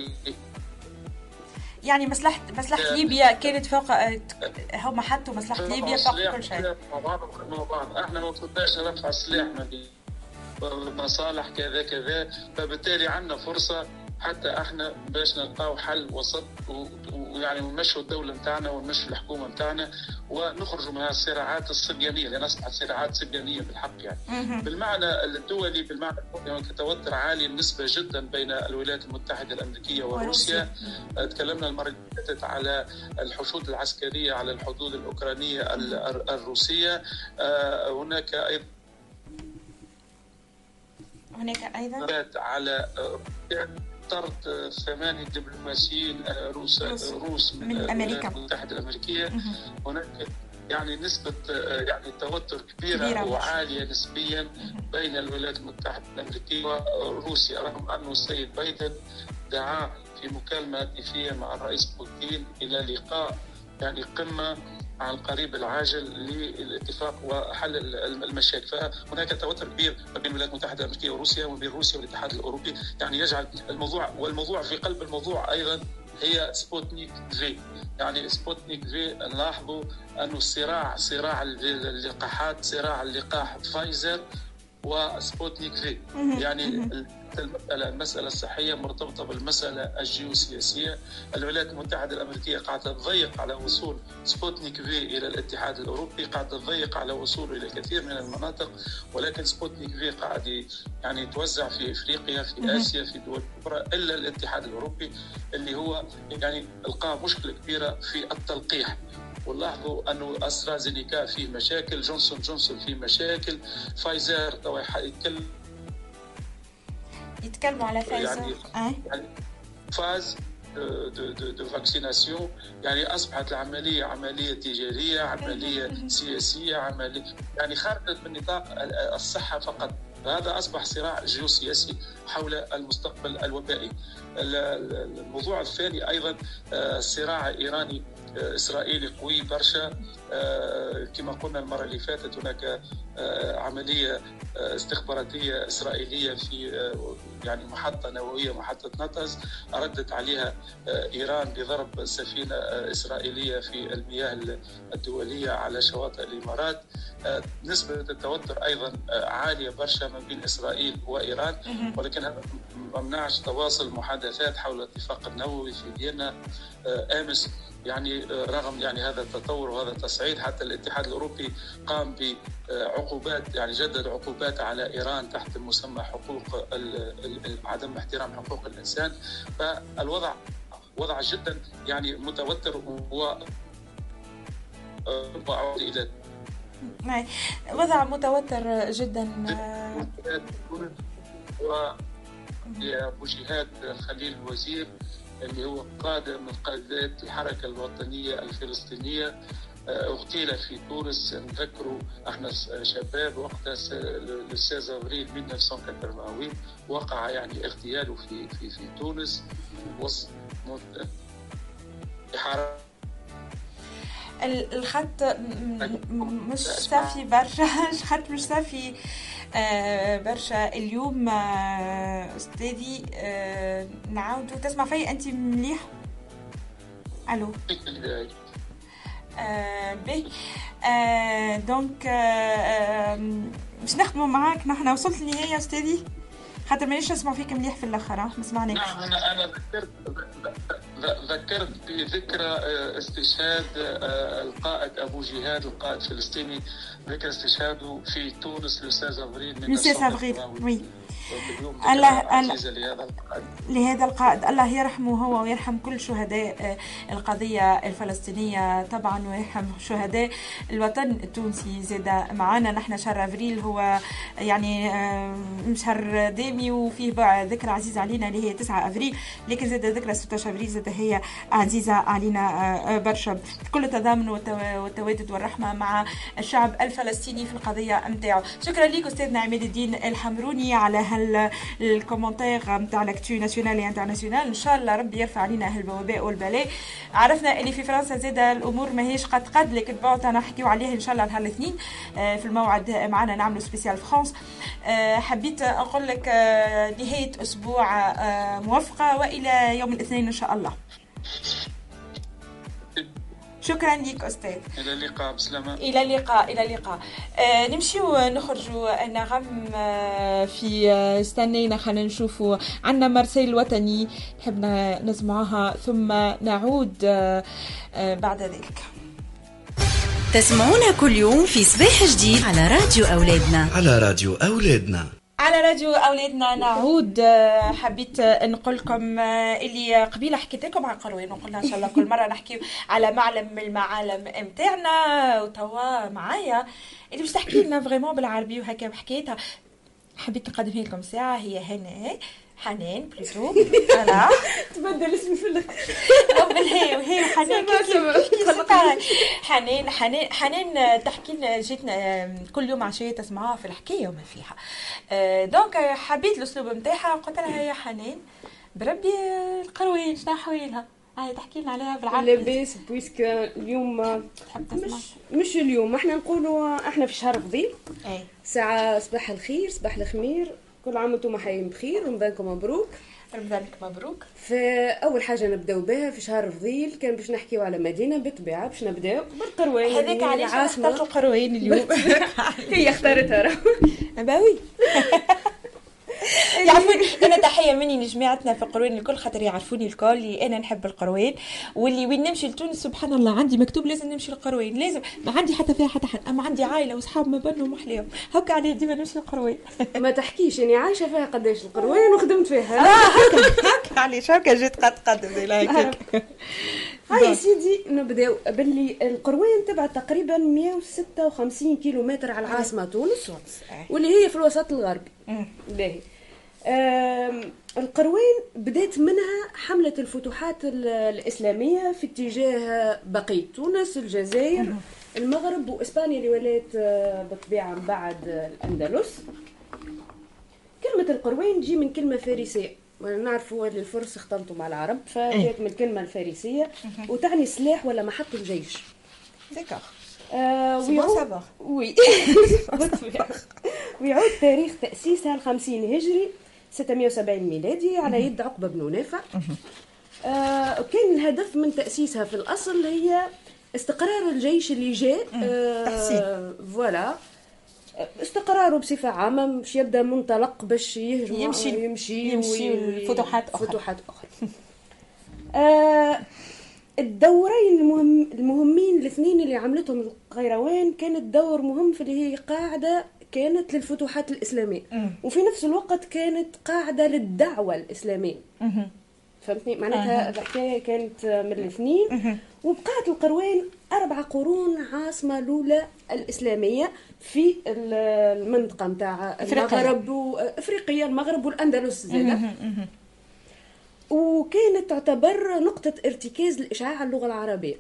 يعني مصلحة ليبيا كانت فوق، هم حطوا مصلحة ليبيا فوق كل شيء. مع بعض احنا ما قلناش نرفع السلاح مصالح كذا، فبالتالي عندنا فرصة حتى احنا باش نلقاو حل وسط ويعني نمشوا الدولة متاعنا ونمشوا الحكومة متاعنا ونخرجوا من الصراعات الصبيانية، لأن أصبحت صراعات صبيانية بالحق يعني. بالمعنى الدولي، بالمعنى توتر عالي النسبة جدا بين الولايات المتحدة الأمريكية وروسيا. تكلمنا المرة اللي فاتت على الحشود العسكرية على الحدود الأوكرانية الروسية. هناك أيضا على طرد 8 دبلوماسيين روس من الولايات المتحدة الأمريكية. هناك يعني نسبة يعني توتر كبيرة وعالية نسبيا بين الولايات المتحدة الأمريكية وروسيا، رغم أنه السيد بايدن دعا في مكالمة هاتفية مع الرئيس بوتين إلى لقاء يعني قمة على القريب العاجل للاتفاق وحل المشاكل. فهناك توتر كبير بين الولايات المتحدة الأمريكية وروسيا وبين روسيا والاتحاد الأوروبي، يعني يجعل الموضوع في قلب الموضوع أيضا هي سبوتنيك في. يعني سبوتنيك في نلاحظوا أنه صراع اللقاحات، صراع اللقاح فايزر وسبوتنيك في. يعني المسألة الصحية مرتبطة بالمسألة الجيوسياسية. الولايات المتحدة الأمريكية قاعدة تضيق على وصول سبوتنيك في إلى الاتحاد الأوروبي، قاعدة تضيق على وصوله إلى كثير من المناطق، ولكن سبوتنيك في قاعد يعني توزع في إفريقيا، في آسيا، في دول أخرى، إلا الاتحاد الأوروبي اللي هو يعني لقى مشكلة كبيرة في التلقيح. ولاحظوا أنه أسترازينيكا فيه مشاكل، جونسون فيه مشاكل، فايزر يتكلموا على فايزر يعني فاز دو فاكسيناسيون. يعني أصبحت العملية عملية تجارية، عملية سياسية، عملية يعني خارجة من نطاق الصحة فقط. هذا أصبح صراع جيوسياسي حول المستقبل الوبائي. الموضوع الثاني أيضا صراع إيراني إسرائيلي قوي برشا. كما قلنا المرة اللي فاتت هناك عملية استخباراتية إسرائيلية في يعني محطة نووية، محطة نطنز، أردت عليها إيران بضرب سفينة إسرائيلية في المياه الدولية على شواطئ الإمارات. نسبة التوتر أيضا عالية برشا ما بين إسرائيل وإيران، ولكن هذا ما منعش تواصل محادثات حول الاتفاق النووي في فيينا أمس. يعني رغم يعني هذا التطور وهذا التصعيد، حتى الاتحاد الأوروبي قام بعقوبات، يعني جدد عقوبات على إيران تحت مسمى حقوق عدم احترام حقوق الإنسان. فالوضع وضع جدا يعني متوتر وعود إلى وضع متوتر جدا. وأبو جهاد خليل الوزير اللي هو قادة من قادات الحركة الوطنية الفلسطينية اغتيل في تونس. نذكروا احنا شباب وقت الأستاذ أفريل 1988 وقع يعني اغتياله في تونس. الخط مش صافي برشا، الخط مش صافي برشا اليوم. أستاذي نعاودوا تسمع فيا أنت مليح؟ ألو بي دونك مش نخدموا معاك. نحن وصلت للنهاية أستاذي، خاطر مانيش نسمع فيك مليح في الآخر، ما سمعناك. نعم أنا ذكرت بذكرى استشهاد القائد أبو جهاد، القائد الفلسطيني، ذكر استشهاده في تونس الأستاذ أفريل من 1988. وي لهذا القائد الله يرحمه هو ويرحم كل شهداء القضية الفلسطينية طبعا، ويرحم شهداء الوطن التونسي. زاد معنا نحن شهر أفريل هو يعني شهر دامي وفيه ذكرى عزيزة علينا اللي هي 9 أفريل، لكن زاد ذكرى 16 أفريل زاد هي عزيزة علينا برشا. كل التضامن والتوادد والرحمة مع الشعب الفلسطيني في القضية متاعه. شكرا لك أستاذنا عماد الدين الحمروني على الكومنتير نتاع لاكتو ناسيونال وانترناسيونال. ان شاء الله ربي يرفع علينا هالوباء والبلاء. عرفنا اللي في فرنسا زاد الامور ماهيش قد لكن بعد نحكيو عليه ان شاء الله نهار الاثنين في الموعد معنا نعملوا سبيسيال فرانس. حبيت اقول لك نهايه اسبوع موفقه والى يوم الاثنين ان شاء الله. شكرا لك أستاذ. إلى اللقاء بسلامة. إلى اللقاء. نمشيو نخرجوا نغم في استنينا خلينا نشوفوا عنا مرسيل الوطني نحبنا نسمعها ثم نعود بعد ذلك. تسمعونا كل يوم في صباح جديد على راديو أولادنا. على راديو أولادنا نعود. حبيت نقول لكم اللي قبيله حكيت لكم عن قروين وقلنا إن شاء الله كل مرة نحكي على معلم من المعالم متاعنا، وتوا معايا اللي باش تحكي لنا فريمون بالعربي وهكا بحكيتها. حبيت نقدمها لكم ساعة هي هنا حنان بلوتو. أنا تبدل اسمي في الأخير وهي حنان تحكي لنا جيتنا كل يوم عشية تسمعها في الحكاية وما فيها. دونك حبيت الأسلوب متاعها، قلت لها يا حنان بربي القروين شنو حوالها هاي تحكي لنا عليها بالعربي. لاباس بويسك اليوم مش اليوم احنا نقولوا احنا في شهر فضيل. اي ساعة صباح الخير صباح الخمير، كل عام وانتم حيين بخير ورمضانكم مبروك. رمضانك مبروك. فاول حاجه نبداو بها في شهر فضيل كان باش نحكيو على مدينه بالطبيعه، باش نبداو بالقروان. هذاك علاش اخترت القروان اليوم. هي اختارتها راه باوي. يعرفوني انا تحيه مني لجماعتنا في القروان الكل، خاطر يعرفوني الكل اللي انا نحب القروان، واللي وين نمشي لتونس سبحان الله عندي مكتوب لازم نمشي للقروان، لازم ما عندي حتى فيها حتى حد، اما عندي عائله واصحاب ما بينهم محليهم هكا عليه ديما نمشي للقروان. ما تحكيش اني عايشه فيها قداش القروان وخدمت فيها. هكا علاش هكا جيت قد زي هكاك. هاي سيدي نبداو باللي القروان تبعد تقريبا 156 كيلومتر على العاصمه تونس، واللي هي في الوسط الغربي. باهي. القروان بدات منها حملة الفتوحات الإسلامية في اتجاه بقية تونس، الجزائر، المغرب وإسبانيا اللي ولات بالطبيعة من بعد الأندلس. كلمة القروان تجي من كلمة فارسية، نعرفوا اللي الفرس اختلطوا مع العرب، فجات من الكلمة الفارسية وتعني سلاح ولا محط الجيش. داكوغ. ويعود تاريخ تأسيسها 50 هجري 670 ميلادي على يد عقبة بن نافع. كان الهدف من تأسيسها في الأصل هي استقرار الجيش اللي جاء، فوالا استقراره بصفة عامة، مش يبدأ منطلق باش يمشي فتوحات أخرى. الدورين المهمين الاثنين اللي عملتهم القيروان كانت دور مهم في اللي هي قاعدة كانت للفتوحات الإسلامية، وفي نفس الوقت كانت قاعدة للدعوة الإسلامية. فهمتني معناتها الحكاية كانت من الاثنين. وبقات القروان 4 قرون عاصمة الأولى الإسلامية في المنطقة متاع المغرب وإفريقيا، المغرب والأندلس زادة. وكانت تعتبر نقطة ارتكاز لإشعاع اللغة العربية.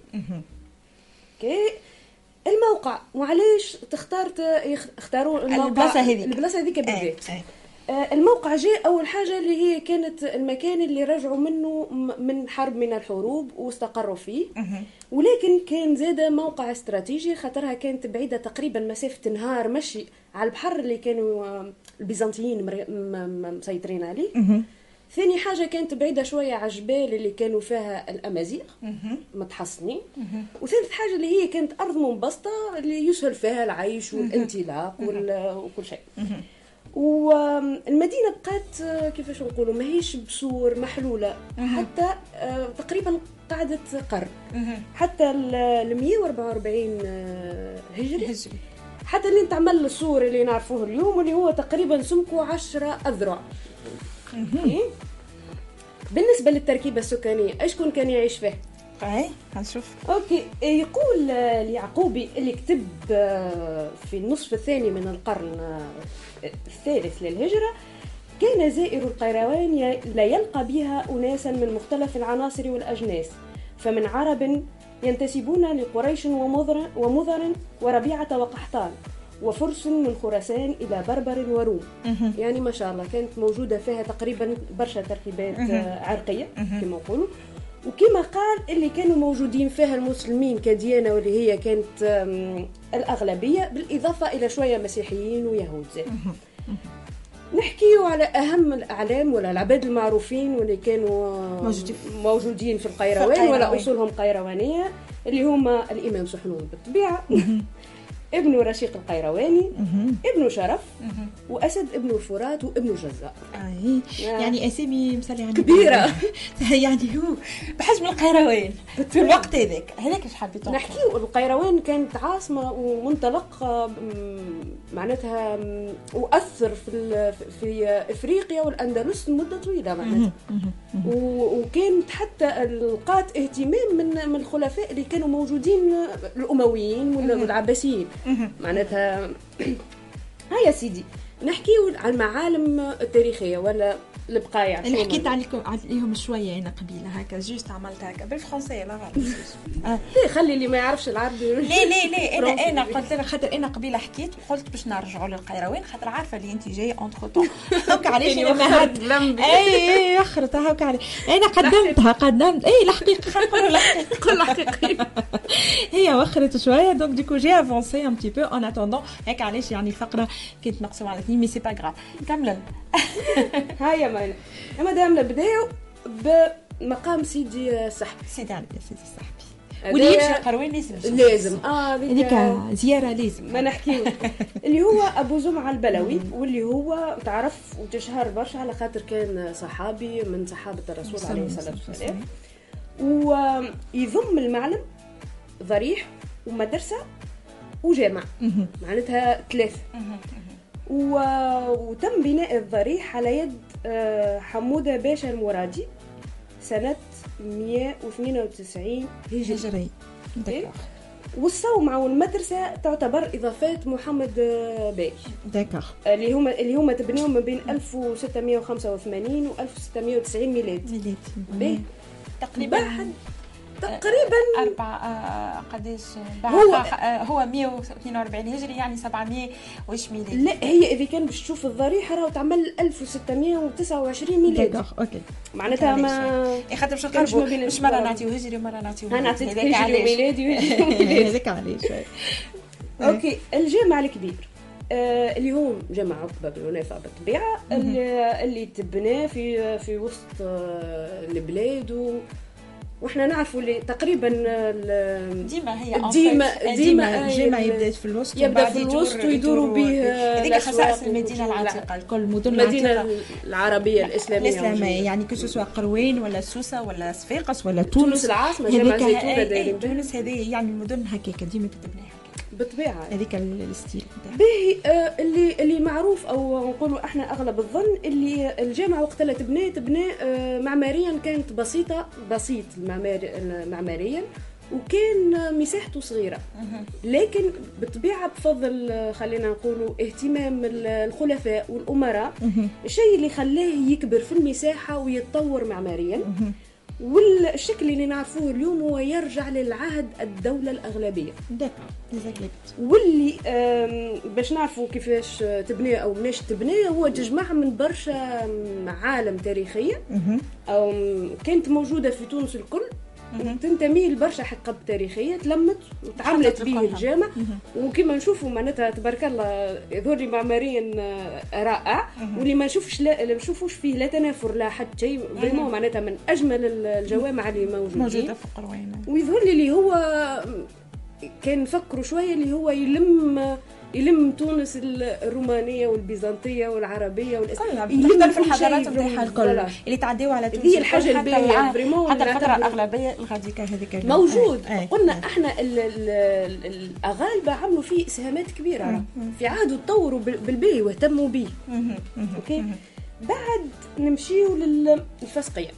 الموقع وعلاش اختاروا البلاصة هذيك بالذات. الموقع جاء أول حاجة اللي هي كانت المكان اللي رجعوا منه من حرب من الحروب واستقروا فيه، ولكن كان زادة موقع استراتيجي خاطرها كانت بعيدة تقريبا مسافة نهار مشي على البحر اللي كانوا البيزنطيين مسيطرين عليه. ثاني حاجة كانت بعيدة شوية على الجبال اللي كانوا فيها الأمازيغ متحصنين. وثالث حاجة اللي هي كانت أرض منبسطة اللي يسهل فيها العيش والانطلاق وكل شيء. والمدينة بقات كيفاش نقولوا ماهيش بسور محلولة حتى تقريبا قعدت قرن، حتى 144 هجري حتى اللي تعمل السور اللي نعرفوه اليوم اللي هو تقريبا سمكه 10 أذرع. بالنسبة للتركيبة السكانية أشكون كان يعيش فيه؟ هنشوف. أوكي. يقول اليعقوبي اللي كتب في النصف الثاني من القرن الثالث للهجرة: كان زائر القيروان لا يلقى بها أناسا من مختلف العناصر والأجناس، فمن عرب ينتسبون لقريش ومضر وربيعة وقحطان، وفرس من خراسان إلى بربر وروم. يعني ما شاء الله كانت موجودة فيها تقريبا برشا تركيبات عرقية كما نقولوا. وكما قال اللي كانوا موجودين فيها المسلمين كديانة واللي هي كانت الأغلبية، بالإضافة إلى شوية مسيحيين ويهود زي. نحكيو على أهم الأعلام ولا العباد المعروفين واللي كانوا موجودين في القيروان ولا أصولهم قيروانية، اللي هما الإمام سحنون بالطبيعة، ابن رشيق القيرواني، ابن شرف، وأسد ابن الفرات وابن الجزار. يعني أسامي مسلي كبيرة. يعني هو بحجم القيروان في الوقت هذاك ايش حبيت نحكيو. القيروان كانت عاصمة ومنطلق معناتها وأثر في إفريقيا والأندلس مدة طويلة معناتها. وكانت حتى لقات اهتمام من الخلفاء اللي كانوا موجودين، الأمويين والعباسيين معناتها. هيا سيدي نحكيو على المعالم التاريخية ولا البقايا اللي حكيت عليهم شويه انا قبيله هكا جوست عملت هكا بالفرنسيه لا غير. ليه خلي اللي ما يعرفش العربي. ليه انا قلت لك خاطر انا قبيله حكيت وقلت باش نرجعوا للقيروان خاطر عارفه اللي انت جايه اونتر طون هكا علاش انا ما هاد اي اخرت هكا علي انا قدمت اي الحقيقه خلينا نقولوا الحقيقه هي وخرت شويه دونك ديكو جي افونسي ان بتي بو ان اتوندون هكا علاش يعني الفقره كانت مقسومه على 2 مي سي با غراف كمل. هيا باينه. اما دامنا بداو بمقام سيدي الصحبي. سيدي الصحبي واللي يمشي القروان لازم هذيك زياره لازم ما نحكيو. اللي هو ابو زمعه البلوي، واللي هو تعرف وتشهر برشا على خاطر كان صحابي من صحابه الرسول عليه الصلاه والسلام، ويضم المعلم ضريح ومدرسه وجامع، معناتها 3. وتم بناء الضريح على يد حموده باشا المرادي سنة 192 هجري. والصومعة والمدرسة تعتبر إضافات محمد باقي اللي هم تبنيهم ما بين 1685 و 1690 ميلادي. تقريبا 4 قداش هو 142 هجري، يعني 700 وش ميلادي. لا هي اذا كان باش تشوف الضريحه راهو تعمل 1629 ميلادي. اوكي معناتها ما خاطر باش نقربوا مش مره نعطيو هجري ومره نعطيو هجري وميلادي هذاك علاش. اوكي الجامع الكبير اللي هو جامع عقبه بالونافع بالطبيعه اللي تبناه في وسط البلاد واحنا نعرفوا اللي تقريبا ديما هي ديما الجامع يبدا في الوسط ويدوروا به. هذيك خصائص المدينه العتيقه الكل، المدينه العربيه الاسلاميه يعني كل سواء قروان ولا سوسه ولا صفاقس ولا تونس العاصمه جامع زيتونه دايرين تونس. هذه يعني المدن هكاك ديما تتبنى بالطبيعه هذيك الستيل باهي. اللي معروف او نقولوا احنا اغلب الظن اللي الجامعه وقت اللي تبنى معماريا كانت بسيط معماريا، وكان مساحته صغيره، لكن بالطبيعه بفضل خلينا نقولوا اهتمام الخلفاء والامراء الشيء اللي خلاه يكبر في المساحه ويتطور معماريا. والشكل اللي نعرفوه اليوم هو يرجع للعهد الدولة الأغلبية. واللي باش نعرفوا كيفاش تبنيه أو مناش تبنيه هو تجمع من برشا معالم تاريخية أو كانت موجودة في تونس الكل، تنتمي لبرشا حقب تاريخيه تلمت وتعاملت به الجامع. وكما نشوفوا معناتها تبارك الله يظهر معماريا رائع، واللي ما نشوفوش فيه لا تنافر لا حد شيء، فريمون معناتها من اجمل الجوامع اللي موجوده في القروان. ويظهر لي اللي هو كان نفكروا شويه اللي هو يلم تونس الرومانيه والبيزنطيه والعربيه يلم في الحضارات نتاعها الكل اللي تعديوا على تونس. هي الحاجه الباهيه فريمون حتى الفتره الاغلبيه الغاديكا هذيك موجود. قلنا احنا الاغالبه عملوا فيه اسهامات كبيره في عهد تطوروا بالباهي واهتموا به. اوكي بعد نمشيو للفسقيه.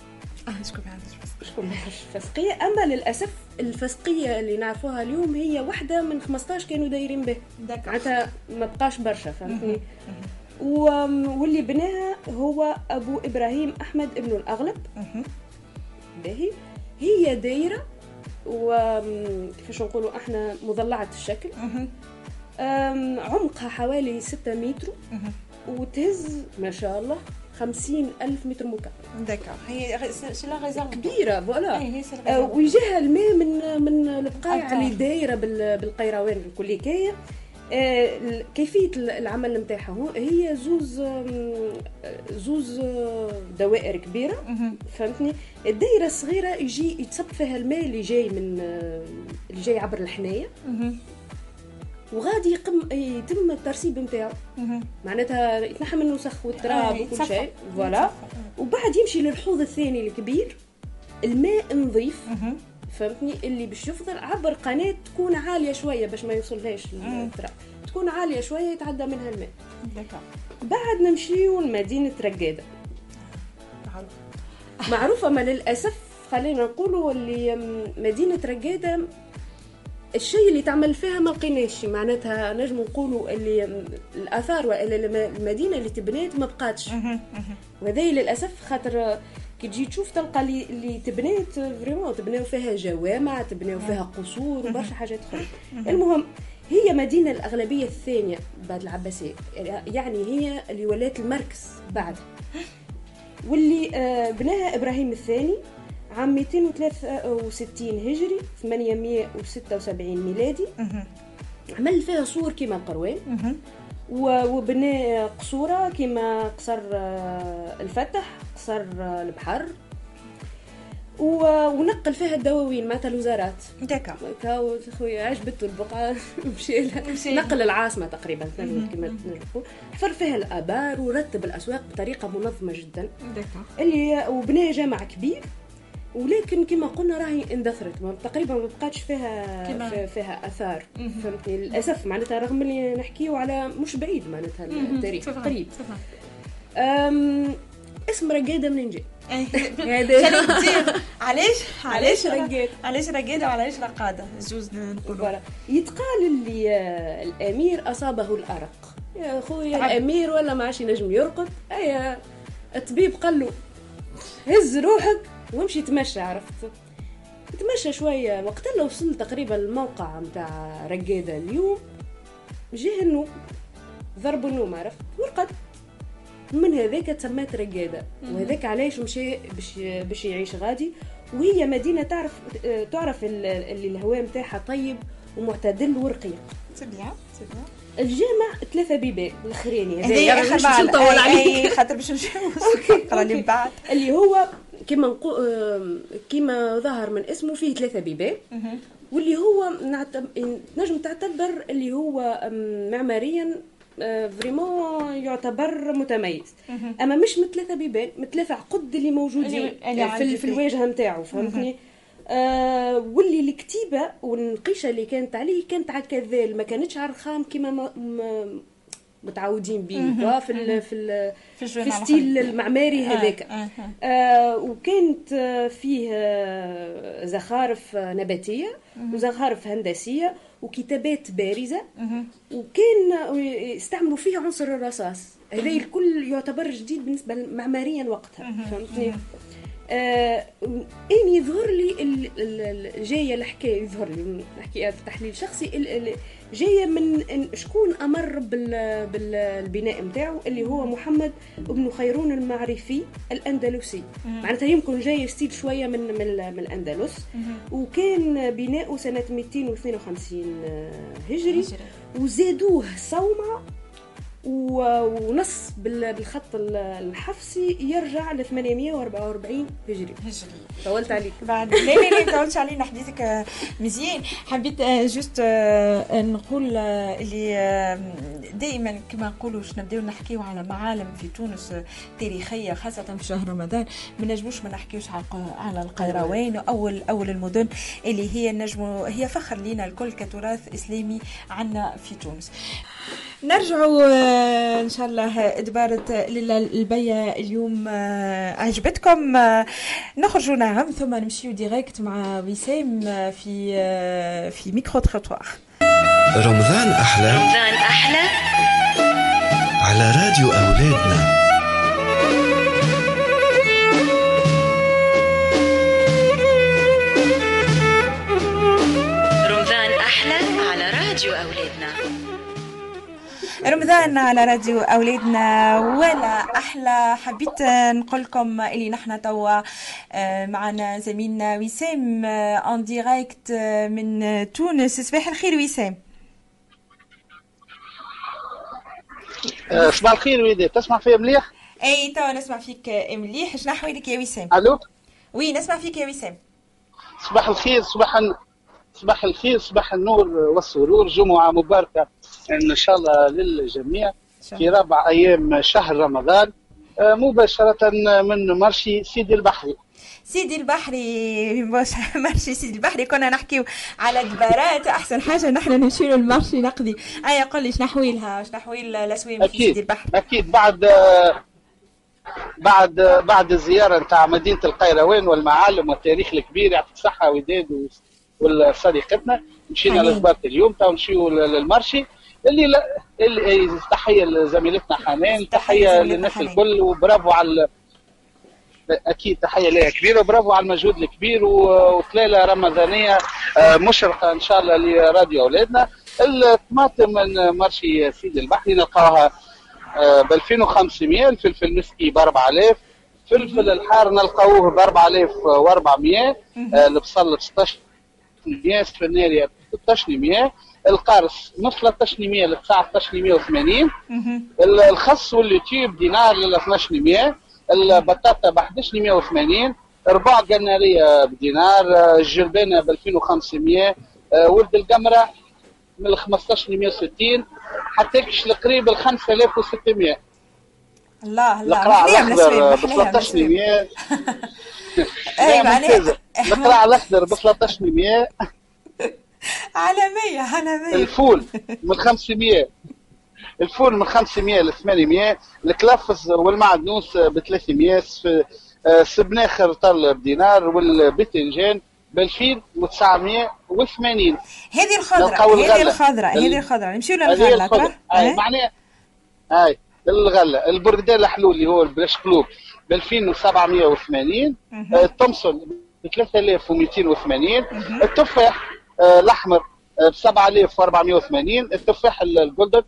شكون الفسقيه؟ اما للاسف الفسقيه اللي نعرفوها اليوم هي واحده من 15 كانوا دايرين به، معناتها ما بقاش برشا، فهمتني. واللي بناها هو ابو ابراهيم احمد ابن الاغلب. باهي هي دايره وكيفاش نقولوا احنا مضلعه الشكل، عمقها حوالي 6 متر وتهز ما شاء الله 50,000 متر مكعب. داكا هي سلا غزال كبيره فوالا. ويجيها الماء من البقايع اللي دايره بالقيروان الكليكيه. كيفيه العمل نتاعها هي زوز دوائر كبيره، فهمتني. الدائره الصغيره يجي يتصب فيها الماء اللي جاي عبر الحنايه، وغادي يتم الترسيب نتاعو، معناتها يتنحى منه الوسخ والتراب وكل شيء فوالا. وبعد يمشي للحوض الثاني الكبير، الماء نظيف، فهمتني، اللي باش يفضل عبر قناه تكون عاليه شويه باش ما يوصلهاش التراب، تكون عاليه شويه يتعدى منها الماء. بعد نمشيو لمدينه رقاده، معروفه ما للاسف خلينا نقولوا اللي مدينه رقاده الشيء اللي تعمل فيها ما لقيناش، معناتها نجم نقولوا اللي الاثار والا المدينه اللي تبنات ما بقاتش. وهذا للاسف خاطر كي تجي تشوف تلقى اللي تبنات فريمون تبناو فيها جوامع، تبناو فيها قصور وبرشا حاجات اخرى. المهم هي مدينه الاغلبيه الثانيه بعد العباسيه، يعني هي اللي ولات المركز بعد، واللي بناها ابراهيم الثاني عام 263 هجري 876 ميلادي. عمل فيها صور كما القروان، وبنى قصوره كما قصر الفتح، قصر البحر، ونقل فيها الدواوين معناتها الوزارات. داكا خويا عجبته البقعه مشي نقل العاصمه تقريبا كما نقول. حفر فيها الابار ورتب الاسواق بطريقه منظمه جدا. داكا اللي وبنى جامع كبير، ولكن كما قلنا راهي اندثرت تقريبا ما بقاتش فيها اثار. فهمتني للاسف معناتها رغم اللي نحكيو على مش بعيد معناتها التاريخ قريب. اسم رقاده منين جاي؟ هذا علاش رقاده وعلاش رقاده جوز نقولوا. يتقال اللي الامير اصابه الارق يا خويا الامير ولا ما عادش ينجم يرقد. اي الطبيب قال له هز روحك وامشي تمشى. عرفت تمشى شويه، وقت اللي وصل تقريبا الموقع نتاع رقاده اليوم جه النوم، ضرب النوم عرفت ورقد. من هذاك تسمات رقاده، وهذاك علاش مشى باش يعيش غادي. وهي مدينه تعرف اللي الهواء نتاعها طيب ومعتدل ورقيق. سبيان الجامع 3 بيبان الاخراني هذا باش نطول عليه خاطر باش نشوف الفقره اللي بعد اللي هو كما ظهر من اسمه فيه 3 بيبان. واللي هو نجم تعتبر اللي هو معماريا فريمون يعتبر متميز. اما مش من 3 بيبان، من 3 عقد اللي موجودين في الواجهه نتاعو. فهمتني؟ واللي الكتيبه والنقيشه اللي كانت عليه كانت على الكذال، ما كانتش على الرخام كما متعودين به في الستيل المعماري هذاك. وكانت فيه زخارف نباتيه وزخارف هندسيه وكتابات بارزه، وكان يستعملوا فيه عنصر الرصاص. هذا الكل يعتبر جديد بالنسبه معماريا وقتها. فهمتني؟ إني يظهر لي جايه الحكايه، يظهر لي نحكي تحليل شخصي، جايه من شكون امر بالبناء نتاعو اللي هو محمد بن خيرون المعرفي الاندلسي. معناتها يمكن جاي ستيل شويه من الاندلس. وكان بناؤه سنه 252 هجري، وزادوه صومعه ونص بالخط الحفصي يرجع ل 844 هجري. طولت عليك بعد. لا طولتش علينا، حديثك مزيان. حبيت جوست نقول اللي دائما كما نقولوا نبداو نحكيو على معالم في تونس تاريخيه خاصه في شهر رمضان، ما نجموش ما نحكيوش على القيروان، اول المدن اللي هي فخر لينا الكل كتراث اسلامي عندنا في تونس. نرجعوا ان شاء الله ادبارت للبيا اليوم عجبتكم. نخرجوا نعم ثم نمشيو ديريكت مع وسام في ميكرو تروتوار. رمضان احلى على راديو اولادنا. رمضان على راديو أولادنا ولا أحلى. حبيت نقول لكم اللي نحن توا معنا زميلنا وسام ان ديريكت من تونس. صباح الخير وسام. صباح الخير ويدي، تسمع فيا مليح؟ اي توا نسمع فيك مليح. شنو احوالك يا وسام؟ الو وي نسمع فيك يا وسام. صباح الخير، صباح الخير، صباح النور والسرور، جمعة مباركة إن شاء الله للجميع في 4 أيام شهر رمضان، مباشرة من مرشي سيدي البحري. مرشي سيدي البحري. كنا نحكيو على دبارات، أحسن حاجة نحن نمشيو للمرشي نقضي. قل لي شنو حويل الأسوام في سيدي البحري؟ أكيد بعد الزيارة نتاع مدينة القيروان والمعالم والتاريخ الكبير، يعطيك الصحة وداد والصديقتنا، مشينا لدبارة اليوم. تو نمشيو للمرشي اللي تحية لزميلتنا حنان، تحية للناس الكل، وبرافو على أكيد تحية لها كبيرة، وبرافو على المجهود الكبير، وطلالة رمضانية مشرقة إن شاء الله لراديو أولادنا. الطماطم من مرشي سيدي البحري نلقاها ب 2500، الفلفل المسكي ب 4000، فلفل الحار نلقاوه ب 4400، البصل ب 1600، السفناريا ب 1300. القارص من 1300 ل 1980. الخس واليوتيوب دينار ل 1200. البطاطا ب 1180. رباع قناريه بدينار. الجربانه ب 2500. ولد القمره من 1560 حتى كش القريب ال 5600. الله القراع الاخضر ب 1300. اي معناها القراع الاخضر ب 1300 على 100. الفول من 500. الفول من 500 ل 800. الكلفز والمعدنوس ب 300. السبناخر طل بدينار. والباذنجان ب 2980. هذه الخضراء نمشيو للغله. معناها هاي الغله. البردال الحلول اللي هو البلاش قلوب ب 2780. التومسون ب 3280. التفاح الاحمر ب 7480. التفاح الجولدن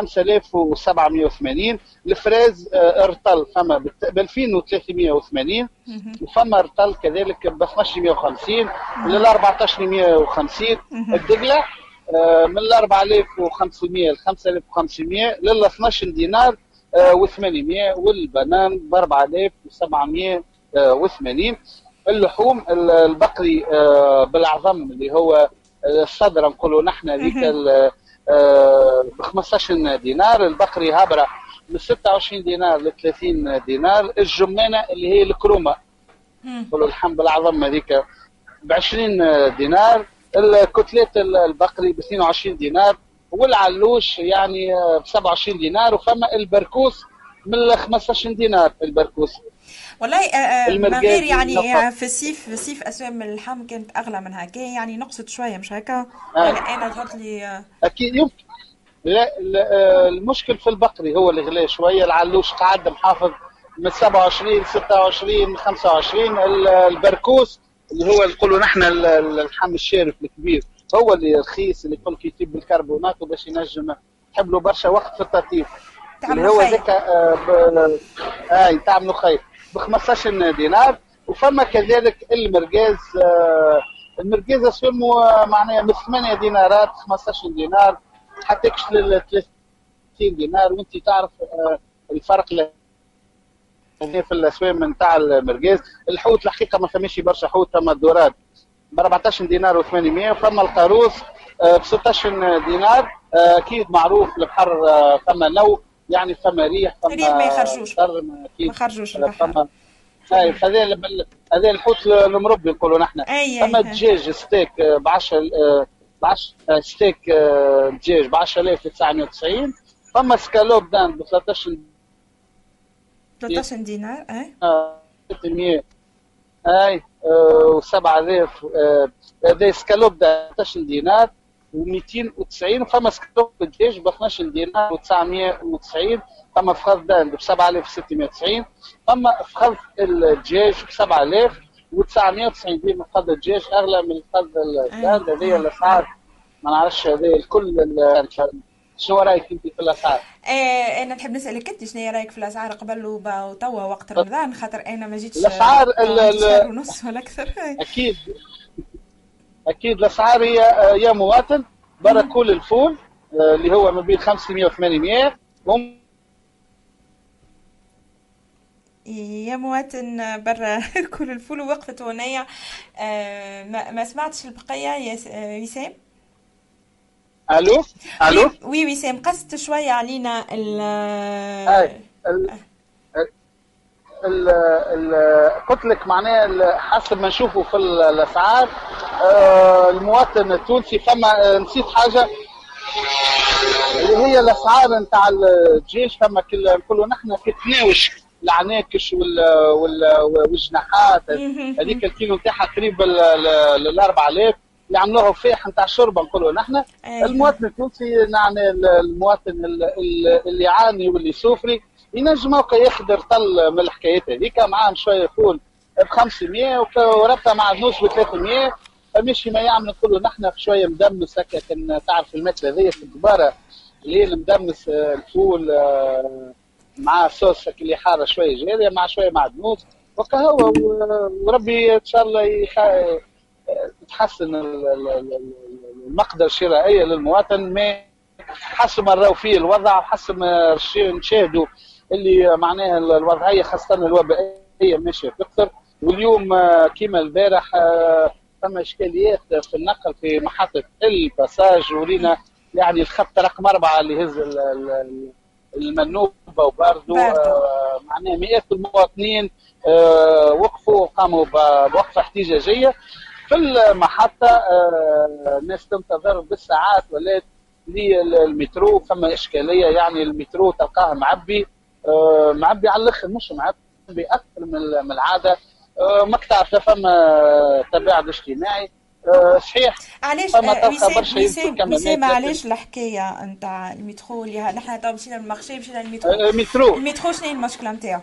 5780. الفريز ارطل فما ب 2380. وفما ارطل كذلك ب 1250 لل 1450. الدقله من 4500 ل 5500 لل 12 دينار و800. والبنان ب 4780. اللحوم البقري بالعظم اللي هو الصدر نقولوا نحن هذيك ب 15 دينار. البقري هابره من 26 دينار ل 30 دينار. الجمانه اللي هي الكرومه نقولوا اللحم بالعظم هذيك ب 20 دينار. الكتلات البقري ب 22 دينار. والعلوش يعني ب 27 دينار. وفما البركوس من 15 دينار. البركوس والله من غير يعني في الصيف اسوام اللحم كانت اغلى من هكا يعني نقصت شويه مش هكا. انا تحط لي اكيد يمكن. لا المشكل في البقري هو اللي غلى شويه. العلوش قاعد محافظ من 27 26 25. البركوس اللي هو نقولوا نحن اللحم الشارف الكبير هو اللي رخيص اللي يقول يجيب بالكربونات وباش ينجم تحب له برشا وقت في التطيب اللي هو ذاك تعملوا خير ب 15 دينار. وفما كذلك المرقاز. المرقاز اسمه معناها من 8 دينارات 15 دينار حتى يكش لل 30 دينار. وانت تعرف الفرق في الاسوام نتاع المرقاز. الحوت الحقيقه ما فماش برشا حوت. فما الدورات ب 14 دينار و800. وفما القاروص ب 16 دينار. اكيد معروف البحر فما نو يعني فما ريح ما يخرجوش البحر. هذا الحوت المربي نقولوا نحن. فما الدجاج ستيك ب 10 ستيك دجاج ب 10990. فما سكالوب دان ب 13 دينار. 600 و7000. هذا سكالوب دان 13 دينار و290. فما سكالوب الدجاج ب 12 دينار و990. فما فخذ دان ب 7690. فما فخذ الدجاج ب 7990 دينار. فخذ الدجاج اغلى من فخذ الدان. هذه الاسعار ما نعرفش هذا الكل. شنو رايك انت في الاسعار؟ انا نحب نسالك انت شنو رايك في الاسعار قبل وتوا وقت رمضان خاطر انا ما جيتش الاسعار شهر ونص ولا اكثر. اكيد الاسعار هي يا مواطن برا كل الفول اللي هو ما بين 500 و 800. يا مواطن برا كل الفول. ووقفت هنايا ما سمعتش البقيه يا وسام. الو وي وسام قصت شويه علينا قلت لك معناها حسب ما نشوفوا في الاسعار. المواطن التونسي فما نسيت حاجه اللي هي الاسعار نتاع الدجاج. فما نقولوا نحن كتناوش العناكش والجناحات هذيك الكيلو نتاعها قريب ل 4000 اللي عملوها فيح نتاع الشربه نقولوا نحن. المواطن التونسي يعني المواطن اللي يعاني واللي يسوفري ينجم ياخذ رطل من الحكايات هذيك معاهم شويه فول ب 500 وربطه مع النص ب 300. فماشي ما يعمل نقولوا نحن شويه مدمس هكا. كان تعرف الماكله هذيا في الكباره اللي هي المدمس الفول مع صوص اللي حاره شويه جاريه مع شويه معدنوس وكهو. وربي ان شاء الله يتحسن المقدرة الشرائية للمواطن، ما حسب ما راو فيه الوضع، حسب ما نشاهدوا اللي معناها الوضعية خاصة الوبائية ماشية تكثر. واليوم كيما البارح ثم إشكاليات في النقل في محطة الباساج، ولينا يعني الخط رقم 4 اللي هز المنوبة وباردو معناها مئات المواطنين وقفوا وقاموا بوقفة احتجاجية في المحطة. الناس تنتظر بالساعات ولات للمترو. ثم إشكالية يعني المترو تلقاه معبي على الآخر، مش معبي أكثر من العادة. مقطع فما تباعد اجتماعي صحيح. علاش وسام علاش الحكايه نتاع المترو اللي نحن تو مشينا للمارشي مشينا للمترو؟ المترو شنو هي المشكله نتاعو؟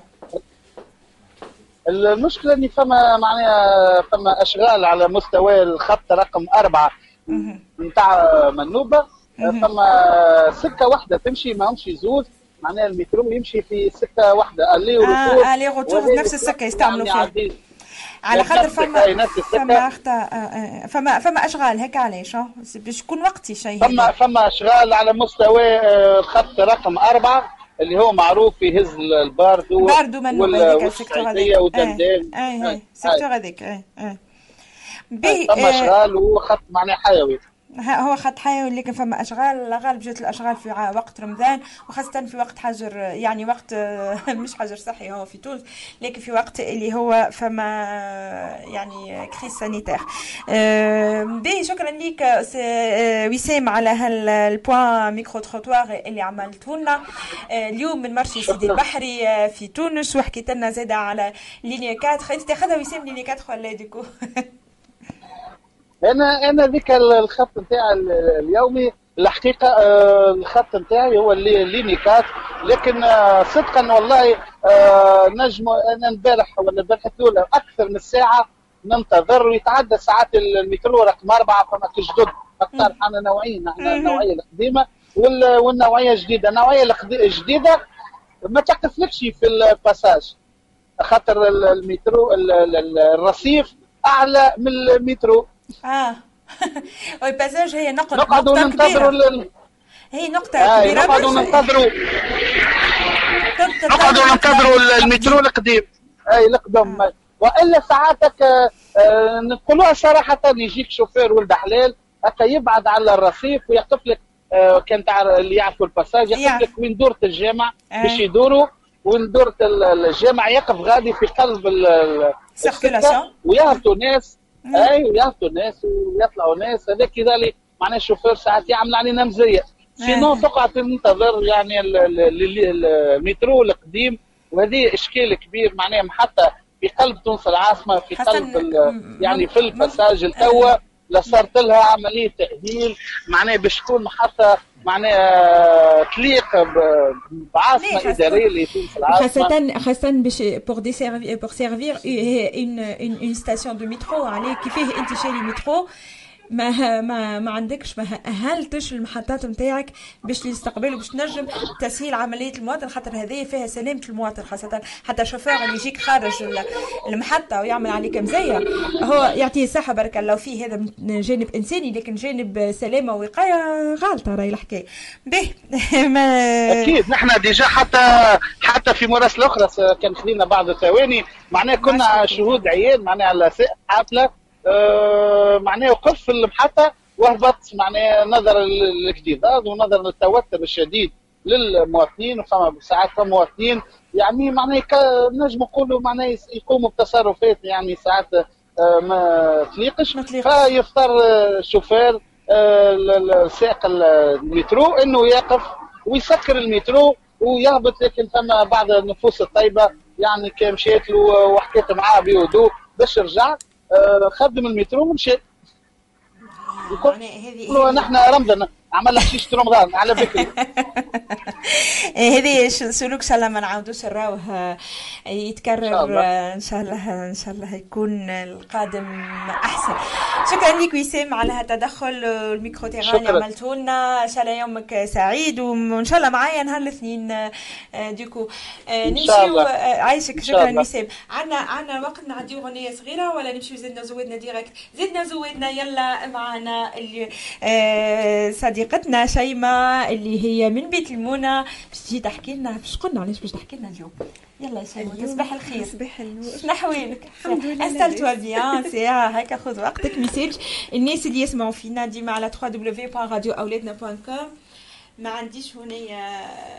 المشكله ان فما معناها فما اشغال على مستوى الخط رقم 4 نتاع منوبه. فما سكه واحده تمشي، ما همش زوز، معناها المترو يمشي في سكه واحده الي ورتور. الي ورتور نفس السكه يستعملوا فيها على خاطر فما اشغال هيك. علاش باش يكون وقتي شيء؟ فما اشغال على مستوى الخط رقم 4 اللي هو معروف يهز الباردو منوب هذاك السيكتور هذاك ودندان. اي السيكتور هذاك فما اشغال وخط معناه حيوي، هو خط حيوي. لكن فما اشغال غالب جات الاشغال في وقت رمضان، وخاصه في وقت حجر، يعني وقت مش حجر صحي هو في تونس، لكن في وقت اللي هو فما يعني كريس سانيتير. باهي شكرا ليك وسام على هالبوان ميكرو تروتوار اللي عملته لنا اليوم من مرشي سيدي البحري في تونس، وحكيت لنا زاده على لينيا 4. انت تاخذها وسام لينيا 4 ولا ديكو؟ انا ذيك الخط نتاع اليومي الحقيقه الخط نتاعي هو اللينيكات. لكن صدقا والله نجم انا البارح ولا البارحه الاولى اكثر من ساعه ننتظر، ويتعدى ساعات المترو رقم 4 فما جدد اكثر. احنا نوعين، احنا النوعيه القديمه والنوعيه الجديده. النوعيه الجديده ما تقفلكش في الباساج، خاطر المترو الرصيف اعلى من المترو. والباساج هي نقعدوا ننتظروا هي نقطة كبيرة. نقعدوا ننتظروا المترو القديم اي القدم. والا ساعاتك نقولوها صراحة يجيك شوفير ولد حلال هكا يبعد على الرصيف ويقف لك كان تاع اللي يعرفوا الباساج يقف لك وين دورة الجامع باش يدوروا، وين دورة الجامع يقف غادي في قلب السيركيلاسيون ويهبطوا ناس. ويهبطوا ناس ويطلعوا ناس. هذاك كذلك معناه الشوفير ساعات يعمل علينا مزيه. سينو تقعد تنتظر يعني المترو القديم. وهذه اشكال كبير معناه حتى في قلب تونس العاصمه، في قلب يعني في الباساج التوا صارت لها عمليه تاهيل معناه باش تكون محطه معناه تليق بعاصمه اداريه لتونس العاصمه، خاصه باش بور سيرفير اون ستاسيون دو مترو. عليه كيفاه انت شاري مترو ما عندكش، ما اهلتش المحطات نتاعك باش يستقبلوا باش تنجم تسهيل عمليه المواطن، خاطر هذه فيها سلامه المواطن، خاصه حتى الشوفير اللي يجيك خارج المحطه ويعمل عليك مزيه هو يعطيه الصحه بارك الله فيه. هذا جانب انساني، لكن جانب سلامه ووقايه غالطه راهي الحكايه. به اكيد نحن ديجا حتى في مراسله اخرى كان خلينا بعض الثواني معناه كنا شهود عيان معناه على حفله معناه وقف في المحطة وهبط معناه نظرا للجديدات ونظرا للتوتر الشديد للمواطنين. وفما ساعات مواطنين يعني معناه نجم نقولوا معناه يقوموا بتصرفات يعني ساعات ما تليقش، فيضطر الشوفير سائق المترو انه يقف ويسكر المترو ويهبط. لكن ثم بعض النفوس الطيبة يعني كان مشيت له وحكيت معاه بهدوء باش رجع خدم المترو ومشى. نحن رمضان عمل لك شيش رمضان على بكري. هذه سلوك ان شاء الله ما نعاودوش نراوه يتكرر ان شاء الله يكون القادم احسن. شكرا لك وسام على هالتدخل الميكرو تيران اللي عملته لنا. ان شاء الله يومك سعيد وان شاء الله معايا نهار الاثنين ديكو نمشيو. عايشك. شكرا وسام. عنا وقت نعديو اغنيه صغيره ولا نمشيو زدنا زودنا ديريكت؟ زدنا يلا معنا صديقتنا شيماء اللي هي من بيت المنى باش تجي تحكي لنا. باش قلنا علاش باش تحكي لنا اليوم؟ يلا يا شيماء تصبح الخير. تصبح النور. شنو احوالك؟ الحمد لله. استلتوا بيان ساعه هكا خذ وقتك. ميساج الناس اللي يسمعوا فينا ديما على www.radioawladna.com. ما عنديش هنايا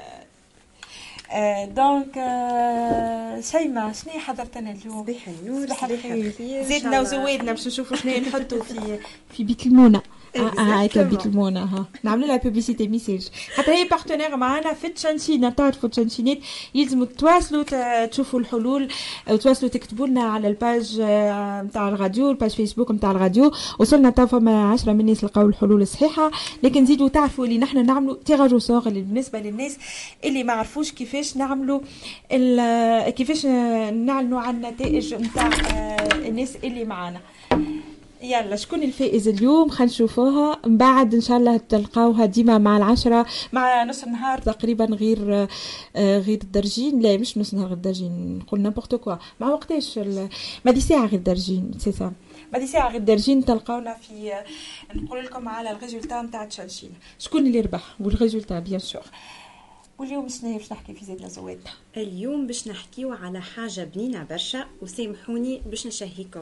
دونك شيماء شنو حضرت انا اليوم؟ صباح النور. صباح الخير. زدنا وزودنا باش نشوفوا شنو نحطوا في بيت المنى. هاكا بيت المونة. ها نعملوا لها بوبليسيتي ميساج حتى هي بارتنير معنا في تشانشينا. تعرفوا تشانشينات يلزموا تواصلوا تشوفوا الحلول وتواصلوا تكتبوا لنا على الباج نتاع الراديو، الباج فيسبوك نتاع الراديو. وصلنا تا فما 10 من الناس لقاو الحلول الصحيحه. لكن زيدوا تعرفوا اللي نحن نعملوا تيراج او سور اللي بالنسبه للناس اللي ما عرفوش كيفاش نعملوا كيفاش نعلنوا عن النتائج نتاع الناس اللي معنا. يلا شكون الفائز اليوم؟ خلينا نشوفوها من بعد ان شاء الله تلقاوها ديما مع 10 مع نص النهار تقريبا غير الدرجين. لا مش نص نهار غير الدرجين نقول نيمبورط كوا. مع وقتاش ما دي ساعه غير الدرجين سي سا ما دي ساعه غير الدرجين تلقاونا في نقول لكم على الريزولتا نتاع تشانشينا شكون اللي ربح والريزولتا بيان سور. واليوم شنو باش نحكي في زيدنا زوادنا؟ اليوم باش نحكيو على حاجه بنينه برشا وسامحوني باش نشهيكم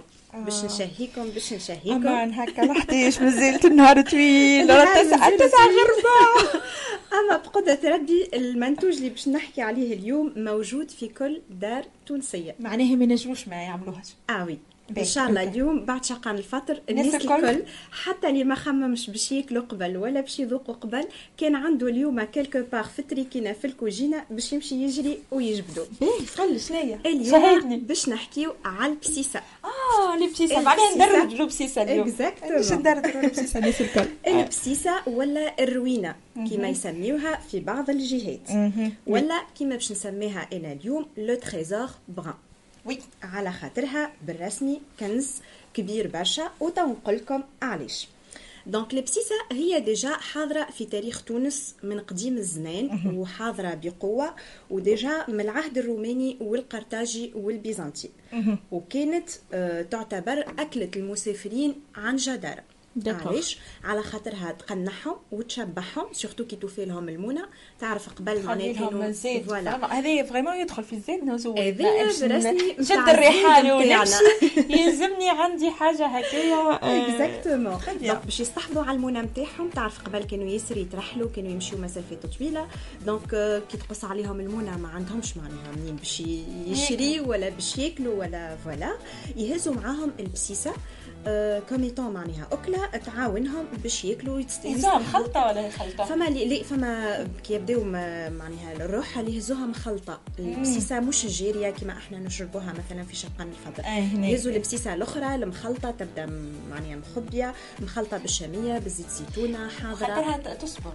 امان هكا لحتيش مازلت النهار طويل. تسعة غربة. اما بقدرة ردي المنتوج اللي باش نحكي عليه اليوم موجود في كل دار تونسيه. معناها ما نجموش ما يعملوهاش. وي ان شاء الله اليوم بعد شقان الفطر الناس الكل حتى اللي ما خممش باش ياكلوا قبل ولا باش يذوقوا قبل كان عنده اليوم كيلكو باغ في التريكينه في الكوجينه باش يمشي يجري ويجبدوا. قل شنيا اليوم باش نحكيو على البسيسه. البسيسه معناها ندرجوا البسيسه اليوم. باش ندرجوا البسيسه الناس الكل. البسيسه ولا الروينه كما يسميوها في بعض الجهات ولا كما باش نسميها انا اليوم لو تريزور بران. وي على خاطرها بالرسمي كنز كبير برشا وتنقول لكم علاش. دونك البسيسه هي ديجا حاضره في تاريخ تونس من قديم الزمان وحاضره بقوه وديجا من العهد الروماني والقرطاجي والبيزنطي وكانت تعتبر اكله المسافرين عن جداره. علاش؟ على خاطرها تقنعهم وتشبعهم سورتو كي توفي لهم المونه. تعرف قبل معناها الزيت هذا فريمون يدخل في الزيت نزول هذا برسمي شد الريحان ونمشي يلزمني عندي حاجه هكايا اكزاكتومون. دونك باش يستحفظوا على المونه نتاعهم. تعرف قبل كانوا ياسر يترحلوا كانوا يمشيو مسافات طويله. دونك كي تقص عليهم المونه ما عندهمش معناها منين باش يشري ولا باش ياكلوا ولا فوالا يهزوا معاهم البسيسه كوميتون معناها أكلة تعاونهم باش ياكلوا يستيقظوا. خلطة ولا خلطة؟ فما كي يبداو معناها الروح اللي يهزوها مخلطة. البسيسة مش الجيرية كما احنا نشربوها مثلا في شقان الفطر. يهزوا البسيسة الأخرى المخلطة تبدا معناها مخبية مخلطة بالشامية بالزيت زيتونة حاضرة. خاطرها تصبر.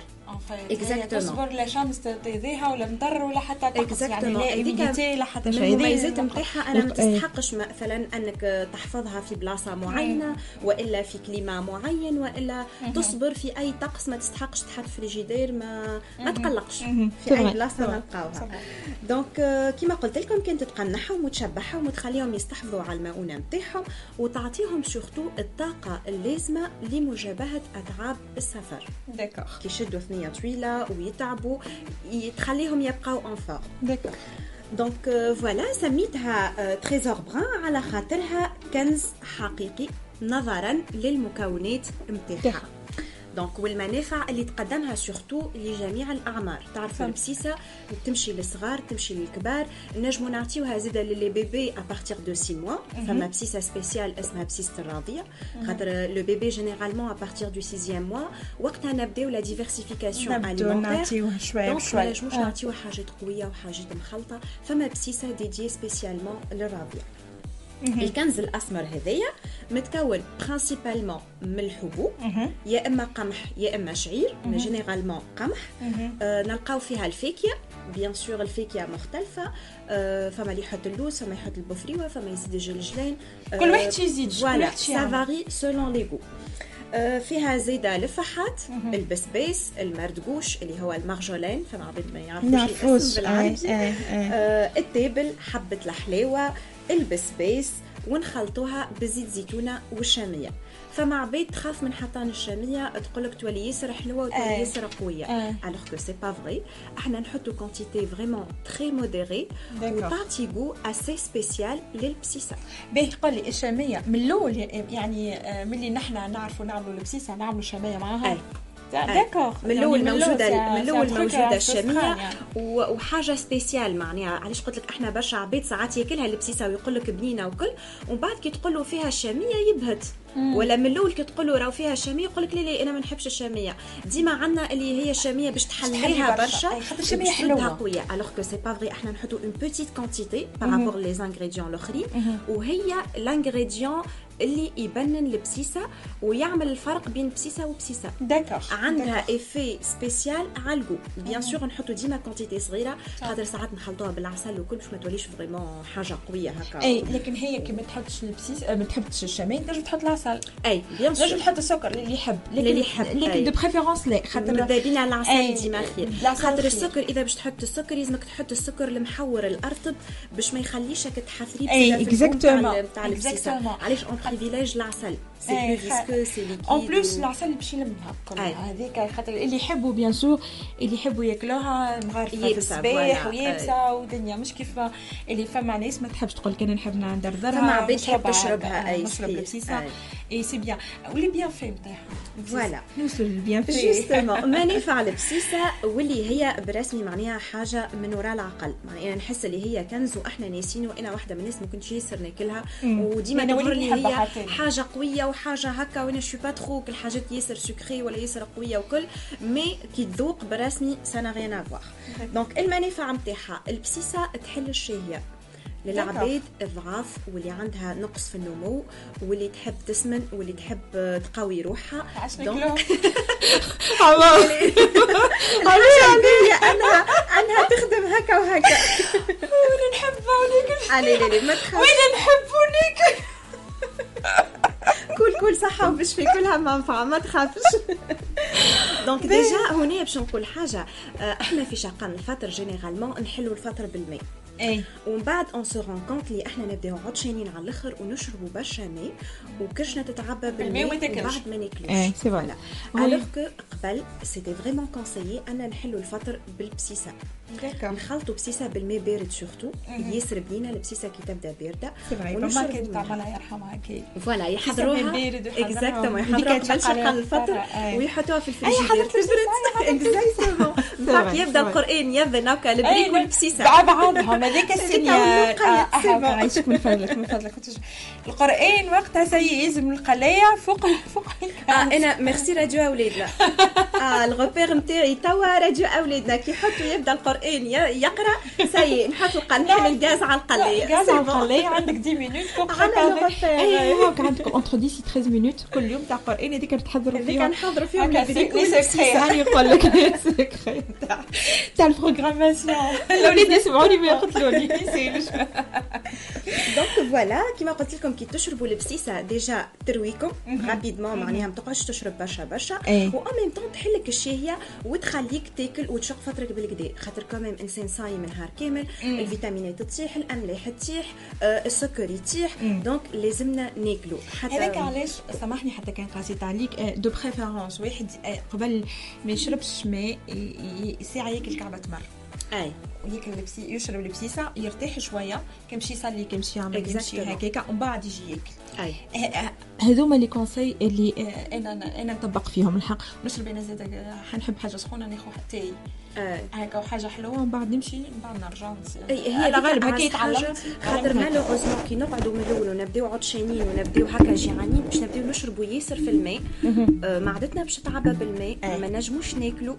تصبر لا شمس تغذيها ولا مضر ولا حتى تقص يعني لا إيميديتي لا حتى شيء. المميزات نتاعها أنا ما تستحقش مثلا أنك تحفظها في بلاصة معينة وإلا في كليما معين وإلا تصبر في أي طقس. ما تستحقش تحط في الفريجيدير ما تقلقش في أي بلاصة نلقاوها. دونك كما قلت لكم كانت تقنعهم وتشبعهم وتخليهم يستحفظوا على المؤونة نتاعهم وتعطيهم سورتو الطاقة اللازمة لمجابهة أتعاب السفر. داكوغ كي يشدوا ثنية طويلة ويتعبوا تخليهم يبقاو ان فور. داكوغ دونك فوالا سميتها تريزور بران على خاطرها كنز حقيقي نظرا للمكونات نتاعها. دونك والمنافع اللي تقدمها سورتو لجميع الاعمار. تعرفوا البسيسه تمشي للصغار تمشي للكبار. نجموا نعطيوها زاده للي بيبي ابارتيغ دو 6 موا. فما بسيسه سبيسيال اسمها بسيسه الرضيع خاطر لو بيبي جينيرالمون ابارتيغ دو 6 موا وقتها نبداو لا ديفيرسيفيكاسيون اليمونتير شويه بشويه. ما نجموش نعطيوها حاجات قويه وحاجات مخلطه. فما بسيسه ديدي سبيسيالمون للرضيع. الكنز الاسمر هذايا متكون برينسيبالمون من الحبوب، يا اما قمح يا اما شعير، مي جينيرالمون قمح. نلقاو فيها الفاكهه، بيان سور الفاكهه مختلفه، فما اللي يحط اللوز، فما يحط البوفريوه، فما يزيد الجلجلين، كل واحد يزيد، فوالا سافاري سولون لي غو. فيها زيادة لفحات، البسباس، المردقوش اللي هو المارجولين، فما عباد ما يعرفوش الاسم بالعربي، التابل، حبة الحلاوة، البسباس، ونخلطوها بزيت زيتونة والشامية. فما عباد تخاف من حطان الشاميه، تقول لك تولي ياسر حلوه وتولي ياسر قويه، alors que c'est pas vrai. احنا نحطوا كونتيتي فريمون تري موديري وتعطي جو اسي سبيسيال للبسيسه. باهي قول لي الشاميه من الاول، يعني ملي نحن نعرفوا نعملوا البسيسه نعملوا شاميه معاها، داكور من الاول موجوده الشاميه وحاجه سبيسيال. معناها علاش قلت لك احنا برشا عباد ساعات ياكلها البسيسه ويقول لك بنينه وكل، ومن بعد كي تقول له فيها الشاميه يبهت، ولا من الاول كي تقول له راهو فيها الشاميه يقول لك لا انا ما نحبش الشاميه. ديما عندنا اللي هي الشاميه باش تحليها برشا، خاطر الشاميه حلوه قويه، alors que c'est pas vrai. احنا نحطوا une petite quantité par rapport les ingrédients الاخرين، وهي l'ingrédient اللي يبنن البسيسه ويعمل الفرق بين بسيسه وبسيسه. داكور، عندها ايفي سبيسيال على الجو. بيان سور نحطوا ديما كونتيتي صغيره، خاطر ساعات نخلطوها بالعسل وكل باش ما توليش فريمون حاجه قويه هكا. اي لكن هي كي ما تحطش البسيسه، ما تحبش الشاميه، تنجم تحط العسل. اي بيان سور تنجم تحط السكر اللي يحب، لكن دو بريفيرونس لا، خاطر مذابين على العسل ديما خير. خاطر السكر اذا باش تحط السكر لازمك تحط السكر المحور الارطب باش ما يخليشك تحثري تاع البسيسه. علاش اون بريفيليج العسل، سي بلو فيسكو، سي ليكيد، اون بلوس العسل اللي باش يلمها كلها هذيك، خاطر اللي يحبوا بيان سور اللي يحبوا ياكلوها مغارفه في الصباح ويابسه ودنيا، مش كيف اللي فما ناس ما تحبش تقول كان نحب ندردرها، فما عباد تحب تشربها، اي نشرب البسيسه اي سي بيان، ولي بيان في نتاعها فوالا نوصل للبيان في جوستومون. منافع البسيسه واللي هي برسمي معناها حاجه من وراء العقل، معناها انا نحس اللي هي كنز واحنا ناسينه. وانا واحده من الناس ما كنتش ياسر ناكلها، وديما تظهر لي هي حاجه قويه وحاجه هكا، وانا شو با ترو كل حاجات ياسر سكري ولا ياسر قويه وكل، مي كي تذوق برسمي سانا غيان افوار. دونك المنافع نتاعها البسيسه تحل الشهيه للعباد الضعاف واللي عندها نقص في النمو واللي تحب تسمن واللي تحب تقوي روحها. دونك انها تخدم هكا وهكا. وين نحبها وناكل، علي لا ما تخافش، وين نحب وناكل كل صحه وباش في كلها منفعه، ما تخافش. دونك ديجا هنا باش نقول حاجه، احنا في شقان الفطر جينيرالمون نحلوا الفطر بالماء، اي ومن بعد اون سو رون كونت اللي احنا نبداو عطشانين على الاخر ونشربوا برشا ماء وكرشنا تتعبى بالماء ومن بعد ما ناكلوش. سي فوالا الوغ كو قبل سيتي فريمون كونسيي ان نحلوا الفطر بالبسيسه، نخلطوا بسيسه بالماء بارد سورتو، ياسر بنينه البسيسه كي تبدا بارده، ونشربوا كي تعملها يرحمها كي فوالا يحضروها اكزاكتومون، يحضروها قبل شقان الفطر ويحطوها في الفريجيدير تبرد. اكزاكتومون بعد يبدا القران يبدا نوكا البريك والبسيسه مع بعضهم، هذيك السنية. عايشك من فضلك القرآن وقتها سيء يلزم القلاية فوق انا ميرسي راديو اولادنا. الغوبير نتاعي توا راديو اولادنا كي يحطوا يبدا القرآن يقرا سيء نحط نحل الغاز على القلاية، عندك 10 مينوت فوق هكا، عندكم انتر 10 و 13 مينوت كل يوم تاع القرآن، هذيك نحضروا فيهم، نحضروا فيهم هاني نقول لك سكري تاع البروغراماسيون. الاولاد يسمعوني ما يقتلوني. دونك فوالا كيما قلت لكم كي تشربوا البسيسه ديجا ترويكم رابيدمون، معناها ما تقعدش تشرب برشا و ان ميم طون تحلك الشهيه وتخليك تاكل وتشق فترك بالكدا، خاطر كمان انسان صايم نهار كامل، الفيتامينات تطيح، الاملاح تطيح، السكر يطيح، دونك لازمنا ناكلوا. حتى هذاك علاش سامحني حتى كان قاسيت عليك دو بريفيرونس واحد قبل ما يشربش ماء ساعه ياكل كعبه تمر، اي وياكل يشرب البسيسه يرتاح شويه، كيمشي يصلي كيمشي يعمل كيمشي هكاك ومن بعد يجي ياكل. اي هذوما لي كونساي اللي انا نطبق فيهم الحق. نشرب انا زاد حنحب حاجه سخونه ناخذ حتى هكا وحاجه حلوه ومن بعد نمشي من بعد نرجع. هي غالب هكا تعلمت خاطر مالوغوزمون كي نقعدوا من الاول ونبداو عطشانين ونبداو هكا جيعانين باش نبداو نشربوا ياسر في الماء معدتنا باش تعبى بالماء ما نجموش ناكلوا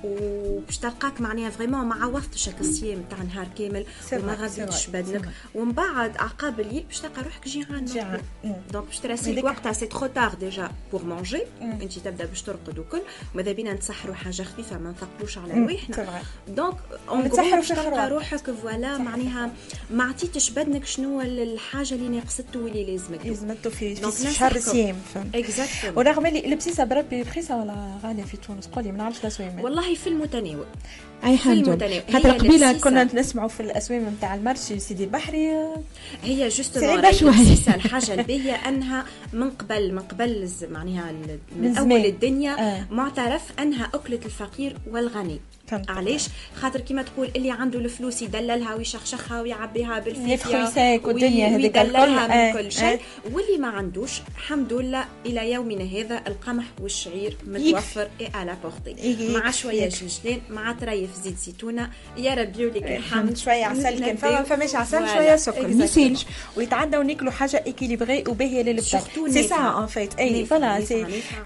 وباش تلقاك معناها فريمون ما عوضتش الصيام تاع نهار كامل وما غاديش بدنك ومن بعد عقاب الليل باش تلقى روحك جيعان. دونك باش تراسيك وقتها سي ترو تار ديجا بور مانجي انت تبدا باش ترقد وكل ماذا بينا نتسحروا حاجه خفيفه ما نثقلوش على رواحنا. دونك اون غرو تلقى روحك فوالا معناها ما عطيتش بدنك شنو الحاجه اللي ناقصته واللي لازمته في شهر الصيام. اكزاكتومون. ورغم اللي البسيسه بربي رخيصه ولا غاليه في تونس قولي ما نعرفش الاسواق والله في المتناول اي حاجه. خاطر قبيله كنا نسمعوا في الاسواق نتاع المرشي سيدي البحري هي جوستومون البسيسه الحاجه الباهيه انها من قبل معناها من اول الدنيا معترف انها اكله الفقير والغني. علاش؟ خاطر كيما تقول اللي عنده الفلوس يدللها ويشخشخها ويعبيها بالفيفيا والدنيا هذيك يدللها من كل شيء واللي ما عندوش الحمد لله الى يومنا هذا القمح والشعير متوفر على بورتي مع شويه جنجلان مع طريف زيت زيتونه يا ربي ولك الحمد شويه عسل كان فماش عسل شويه سكر ميسيلش ويتعداو ناكلوا حاجه ايكيليبري وباهيه للبدن سي سا ان فيت اي فوالا سي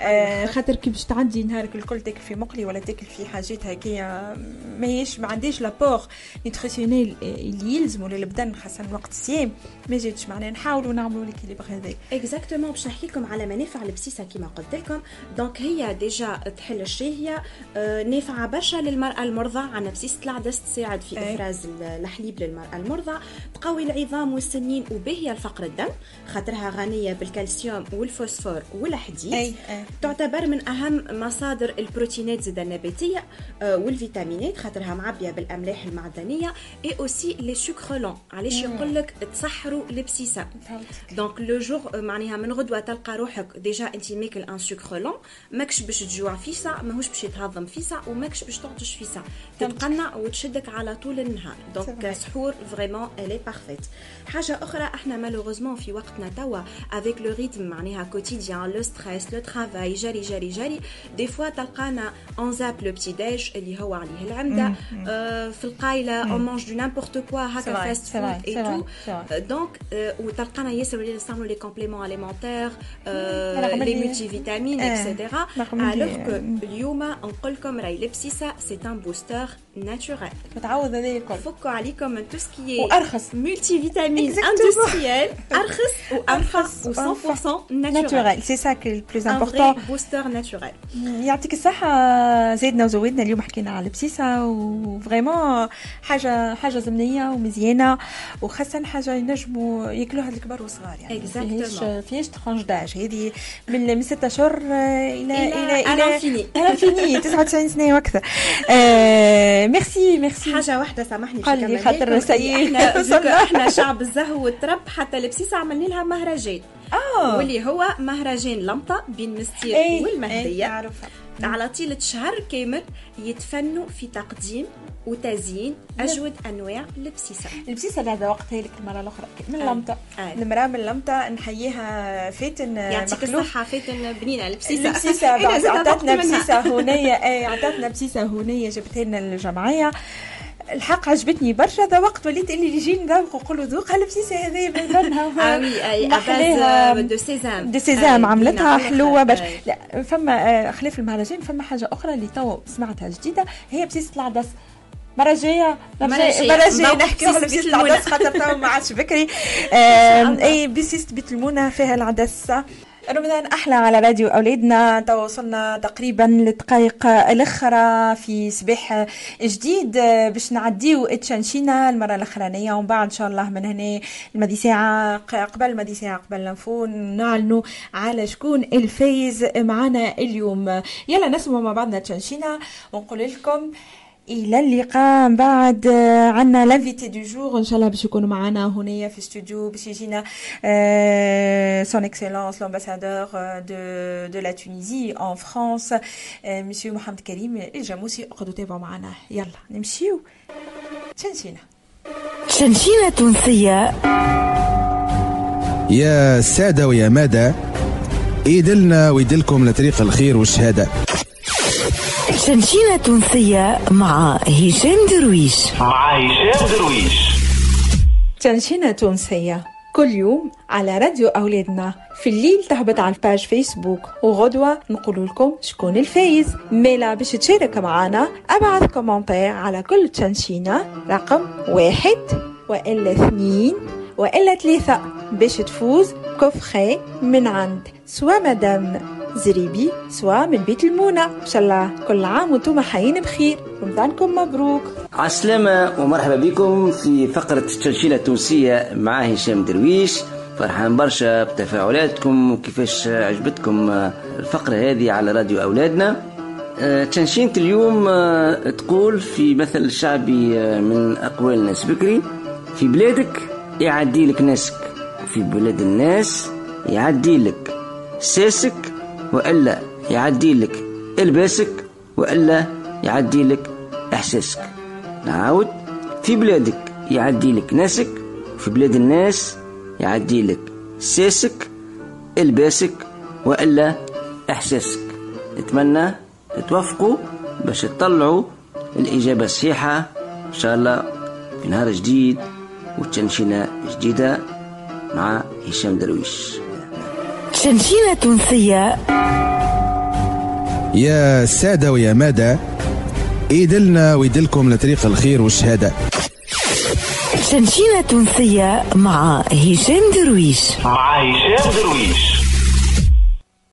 خاطر كي باش تعدي نهارك الكل تاكل في مقلي ولا تاكل في حاجات هكايا ماهيش ما عنديش لابور نيوتريسيونيل اللي يلزموا للبدن خاصه وقت الصيام ما جاتش معناها نحاولوا نعملوا ليكيليبر هذا اكزاكتومون. باش نحكي لكم على منافع البسيسه كما قلت لكم. دونك هي ديجا تحل الشهيه نافعه برشا للمراه المرضعه عندنا بسيسه العدس تساعد في افراز الحليب للمراه المرضعه تقوي العظام والسنين وباهيه لفقر الدم خاطرها غنيه بالكالسيوم والفوسفور والحديد. تعتبر من اهم مصادر البروتينات زاد النباتيه والفيتامينات خاطرها معبيه بالاملاح المعدنيه اي اوسي لي سكر لون. علاش يقول لك تسحروا البسيسه دونك لو جور معناها من غدوه تلقى روحك ديجا انت ماكل ان سكر لون ماكش باش تجوع في ساعه ماهوش باش يتهضم في ساعه وماكش باش تعطش في ساعه تتقنع وتشدك على طول النهار. دونك سحور فريمون الي بارفيت. حاجه اخرى احنا مالوغوزمون في وقتنا توا افيك لو ريتم معناها كوتيديان لو ستريس لو ترافاي جري دي فوا تلقانا اون زاب لو بتي ديج اللي هو عليه العمده في القايله اون مانج دو نيمبورت كوا هكا فاست فود اي تو دونك وتلقانا ياسر اللي نستعملوا لي كومبليمون اليمونتير لي مولتي فيتامين اكسيتيرا الوغ كو اليوم نقول لكم راهي البسيسه سي ان بوستر ناتوريل متعوض هذا الكل فكوا عليكم من تو سكي وارخص مولتي فيتامين اندستريال ارخص و 100% ناتوريل سي سا كي البلوز امبورطون بوستر ناتوريل. يعطيك الصحه زيدنا وزودنا اليوم حكينا على البسيسه وفريمون حاجه زمنيه ومزيانه وخاصه حاجه ينجموا ياكلوها الكبار والصغار يعني فيش ترانش داج هذه من 6 اشهر الى فيني 99 سنه واكثر. ميرسي حاجه واحده سامحني كمان خاطر احنا شعب الزهو والترب حتى البسيسه عملنا لها مهرجان واللي هو مهرجان لمطه بين مستير والمهديه على طيلة شهر كامل يتفنوا في تقديم وتزيين أجود أنواع البسيسة هذا وقت هيك المرة الأخرى من لمطة المرأة من لمطة نحييها فاتن يعطيك الصحة فاتن بنينة البسيسة عطاتنا بسيسة هونية عطاتنا بسيسة هونية جبتها لنا الجمعية الحق عجبتني برشا. ذا وقت وليت اللي يجي نذوق وقولوا ذوق البسيسه هذه بالبنها محليها دو سيزام عملتها حلوه برشا. لا فما خلاف المهرجان فما حاجه اخرى اللي تو سمعتها جديده هي بسيسه العدس. مرة جاية نحكي على بسيسة العدس خاطر تو ما عادش بكري اي بسيسة بيت المونة فيها العدس. رمضان أحلى على راديو أولادنا. توصلنا تقريبا للدقائق الأخرى في صباح جديد باش نعديو اتشنشينا المرة الأخرانية ومن بعد إن شاء الله من هنا المدي ساعة قبل نفون نعلنوا على شكون الفايز معنا اليوم. يلا نسمع مع بعضنا اتشنشينا ونقول لكم الى اللقاء. من بعد عندنا لانفيتي دو جور ان شاء الله باش يكونوا معنا هنا في استوديو باش يجينا سون اكسلانس لامباسادور دو لا تونيزي ان فرانس مسيو محمد كريم الجاموسي. اقعدوا تابعوا معنا. يلا نمشيو تشنشينة تونسية. يا سادة ويا مادة يدلنا ويدلكم لطريق الخير والشهادة. تنشينة تونسية مع هشام درويش. تنشينة تونسية كل يوم على راديو أولادنا. في الليل تهبط على الباج فيسبوك، وغدوة نقول لكم شكون الفايز. ميلا باش تشارك معنا ابعث كومنتير على كل تنشينة رقم 1 وإلا 2 وإلا 3 باش تفوز كوفخي من عند سوا مدام زريبي سوا من بيت المونة. إن شاء الله كل عام وانتم حيين بخير، رمضانكم مبروك. عسلامة ومرحبا بكم في فقرة التشنشينة التونسية مع هشام درويش. فرحان برشا بتفاعلاتكم وكيفاش عجبتكم الفقرة هذه على راديو أولادنا. تشنشينة اليوم تقول في مثل شعبي من أقوال ناس بكري: في بلادك يعدي لك ناسك، وفي بلاد الناس يعدي لك ساسك، وإلا يعدي لك الباسك، وإلا يعدي لك إحساسك. نعاود: في بلادك يعدي لك ناسك، وفي بلاد الناس يعدي لك ساسك، الباسك، وإلا إحساسك. نتمنى توافقوا باش تطلعوا الإجابة الصحيحة إن شاء الله في نهار جديد وتشنشينة جديدة مع هشام درويش. تشنشينة تونسية. يا سادة ويا مادة، يدلنا ويدلكم لطريق الخير والشهادة. تشنشينة تونسية مع هشام درويش.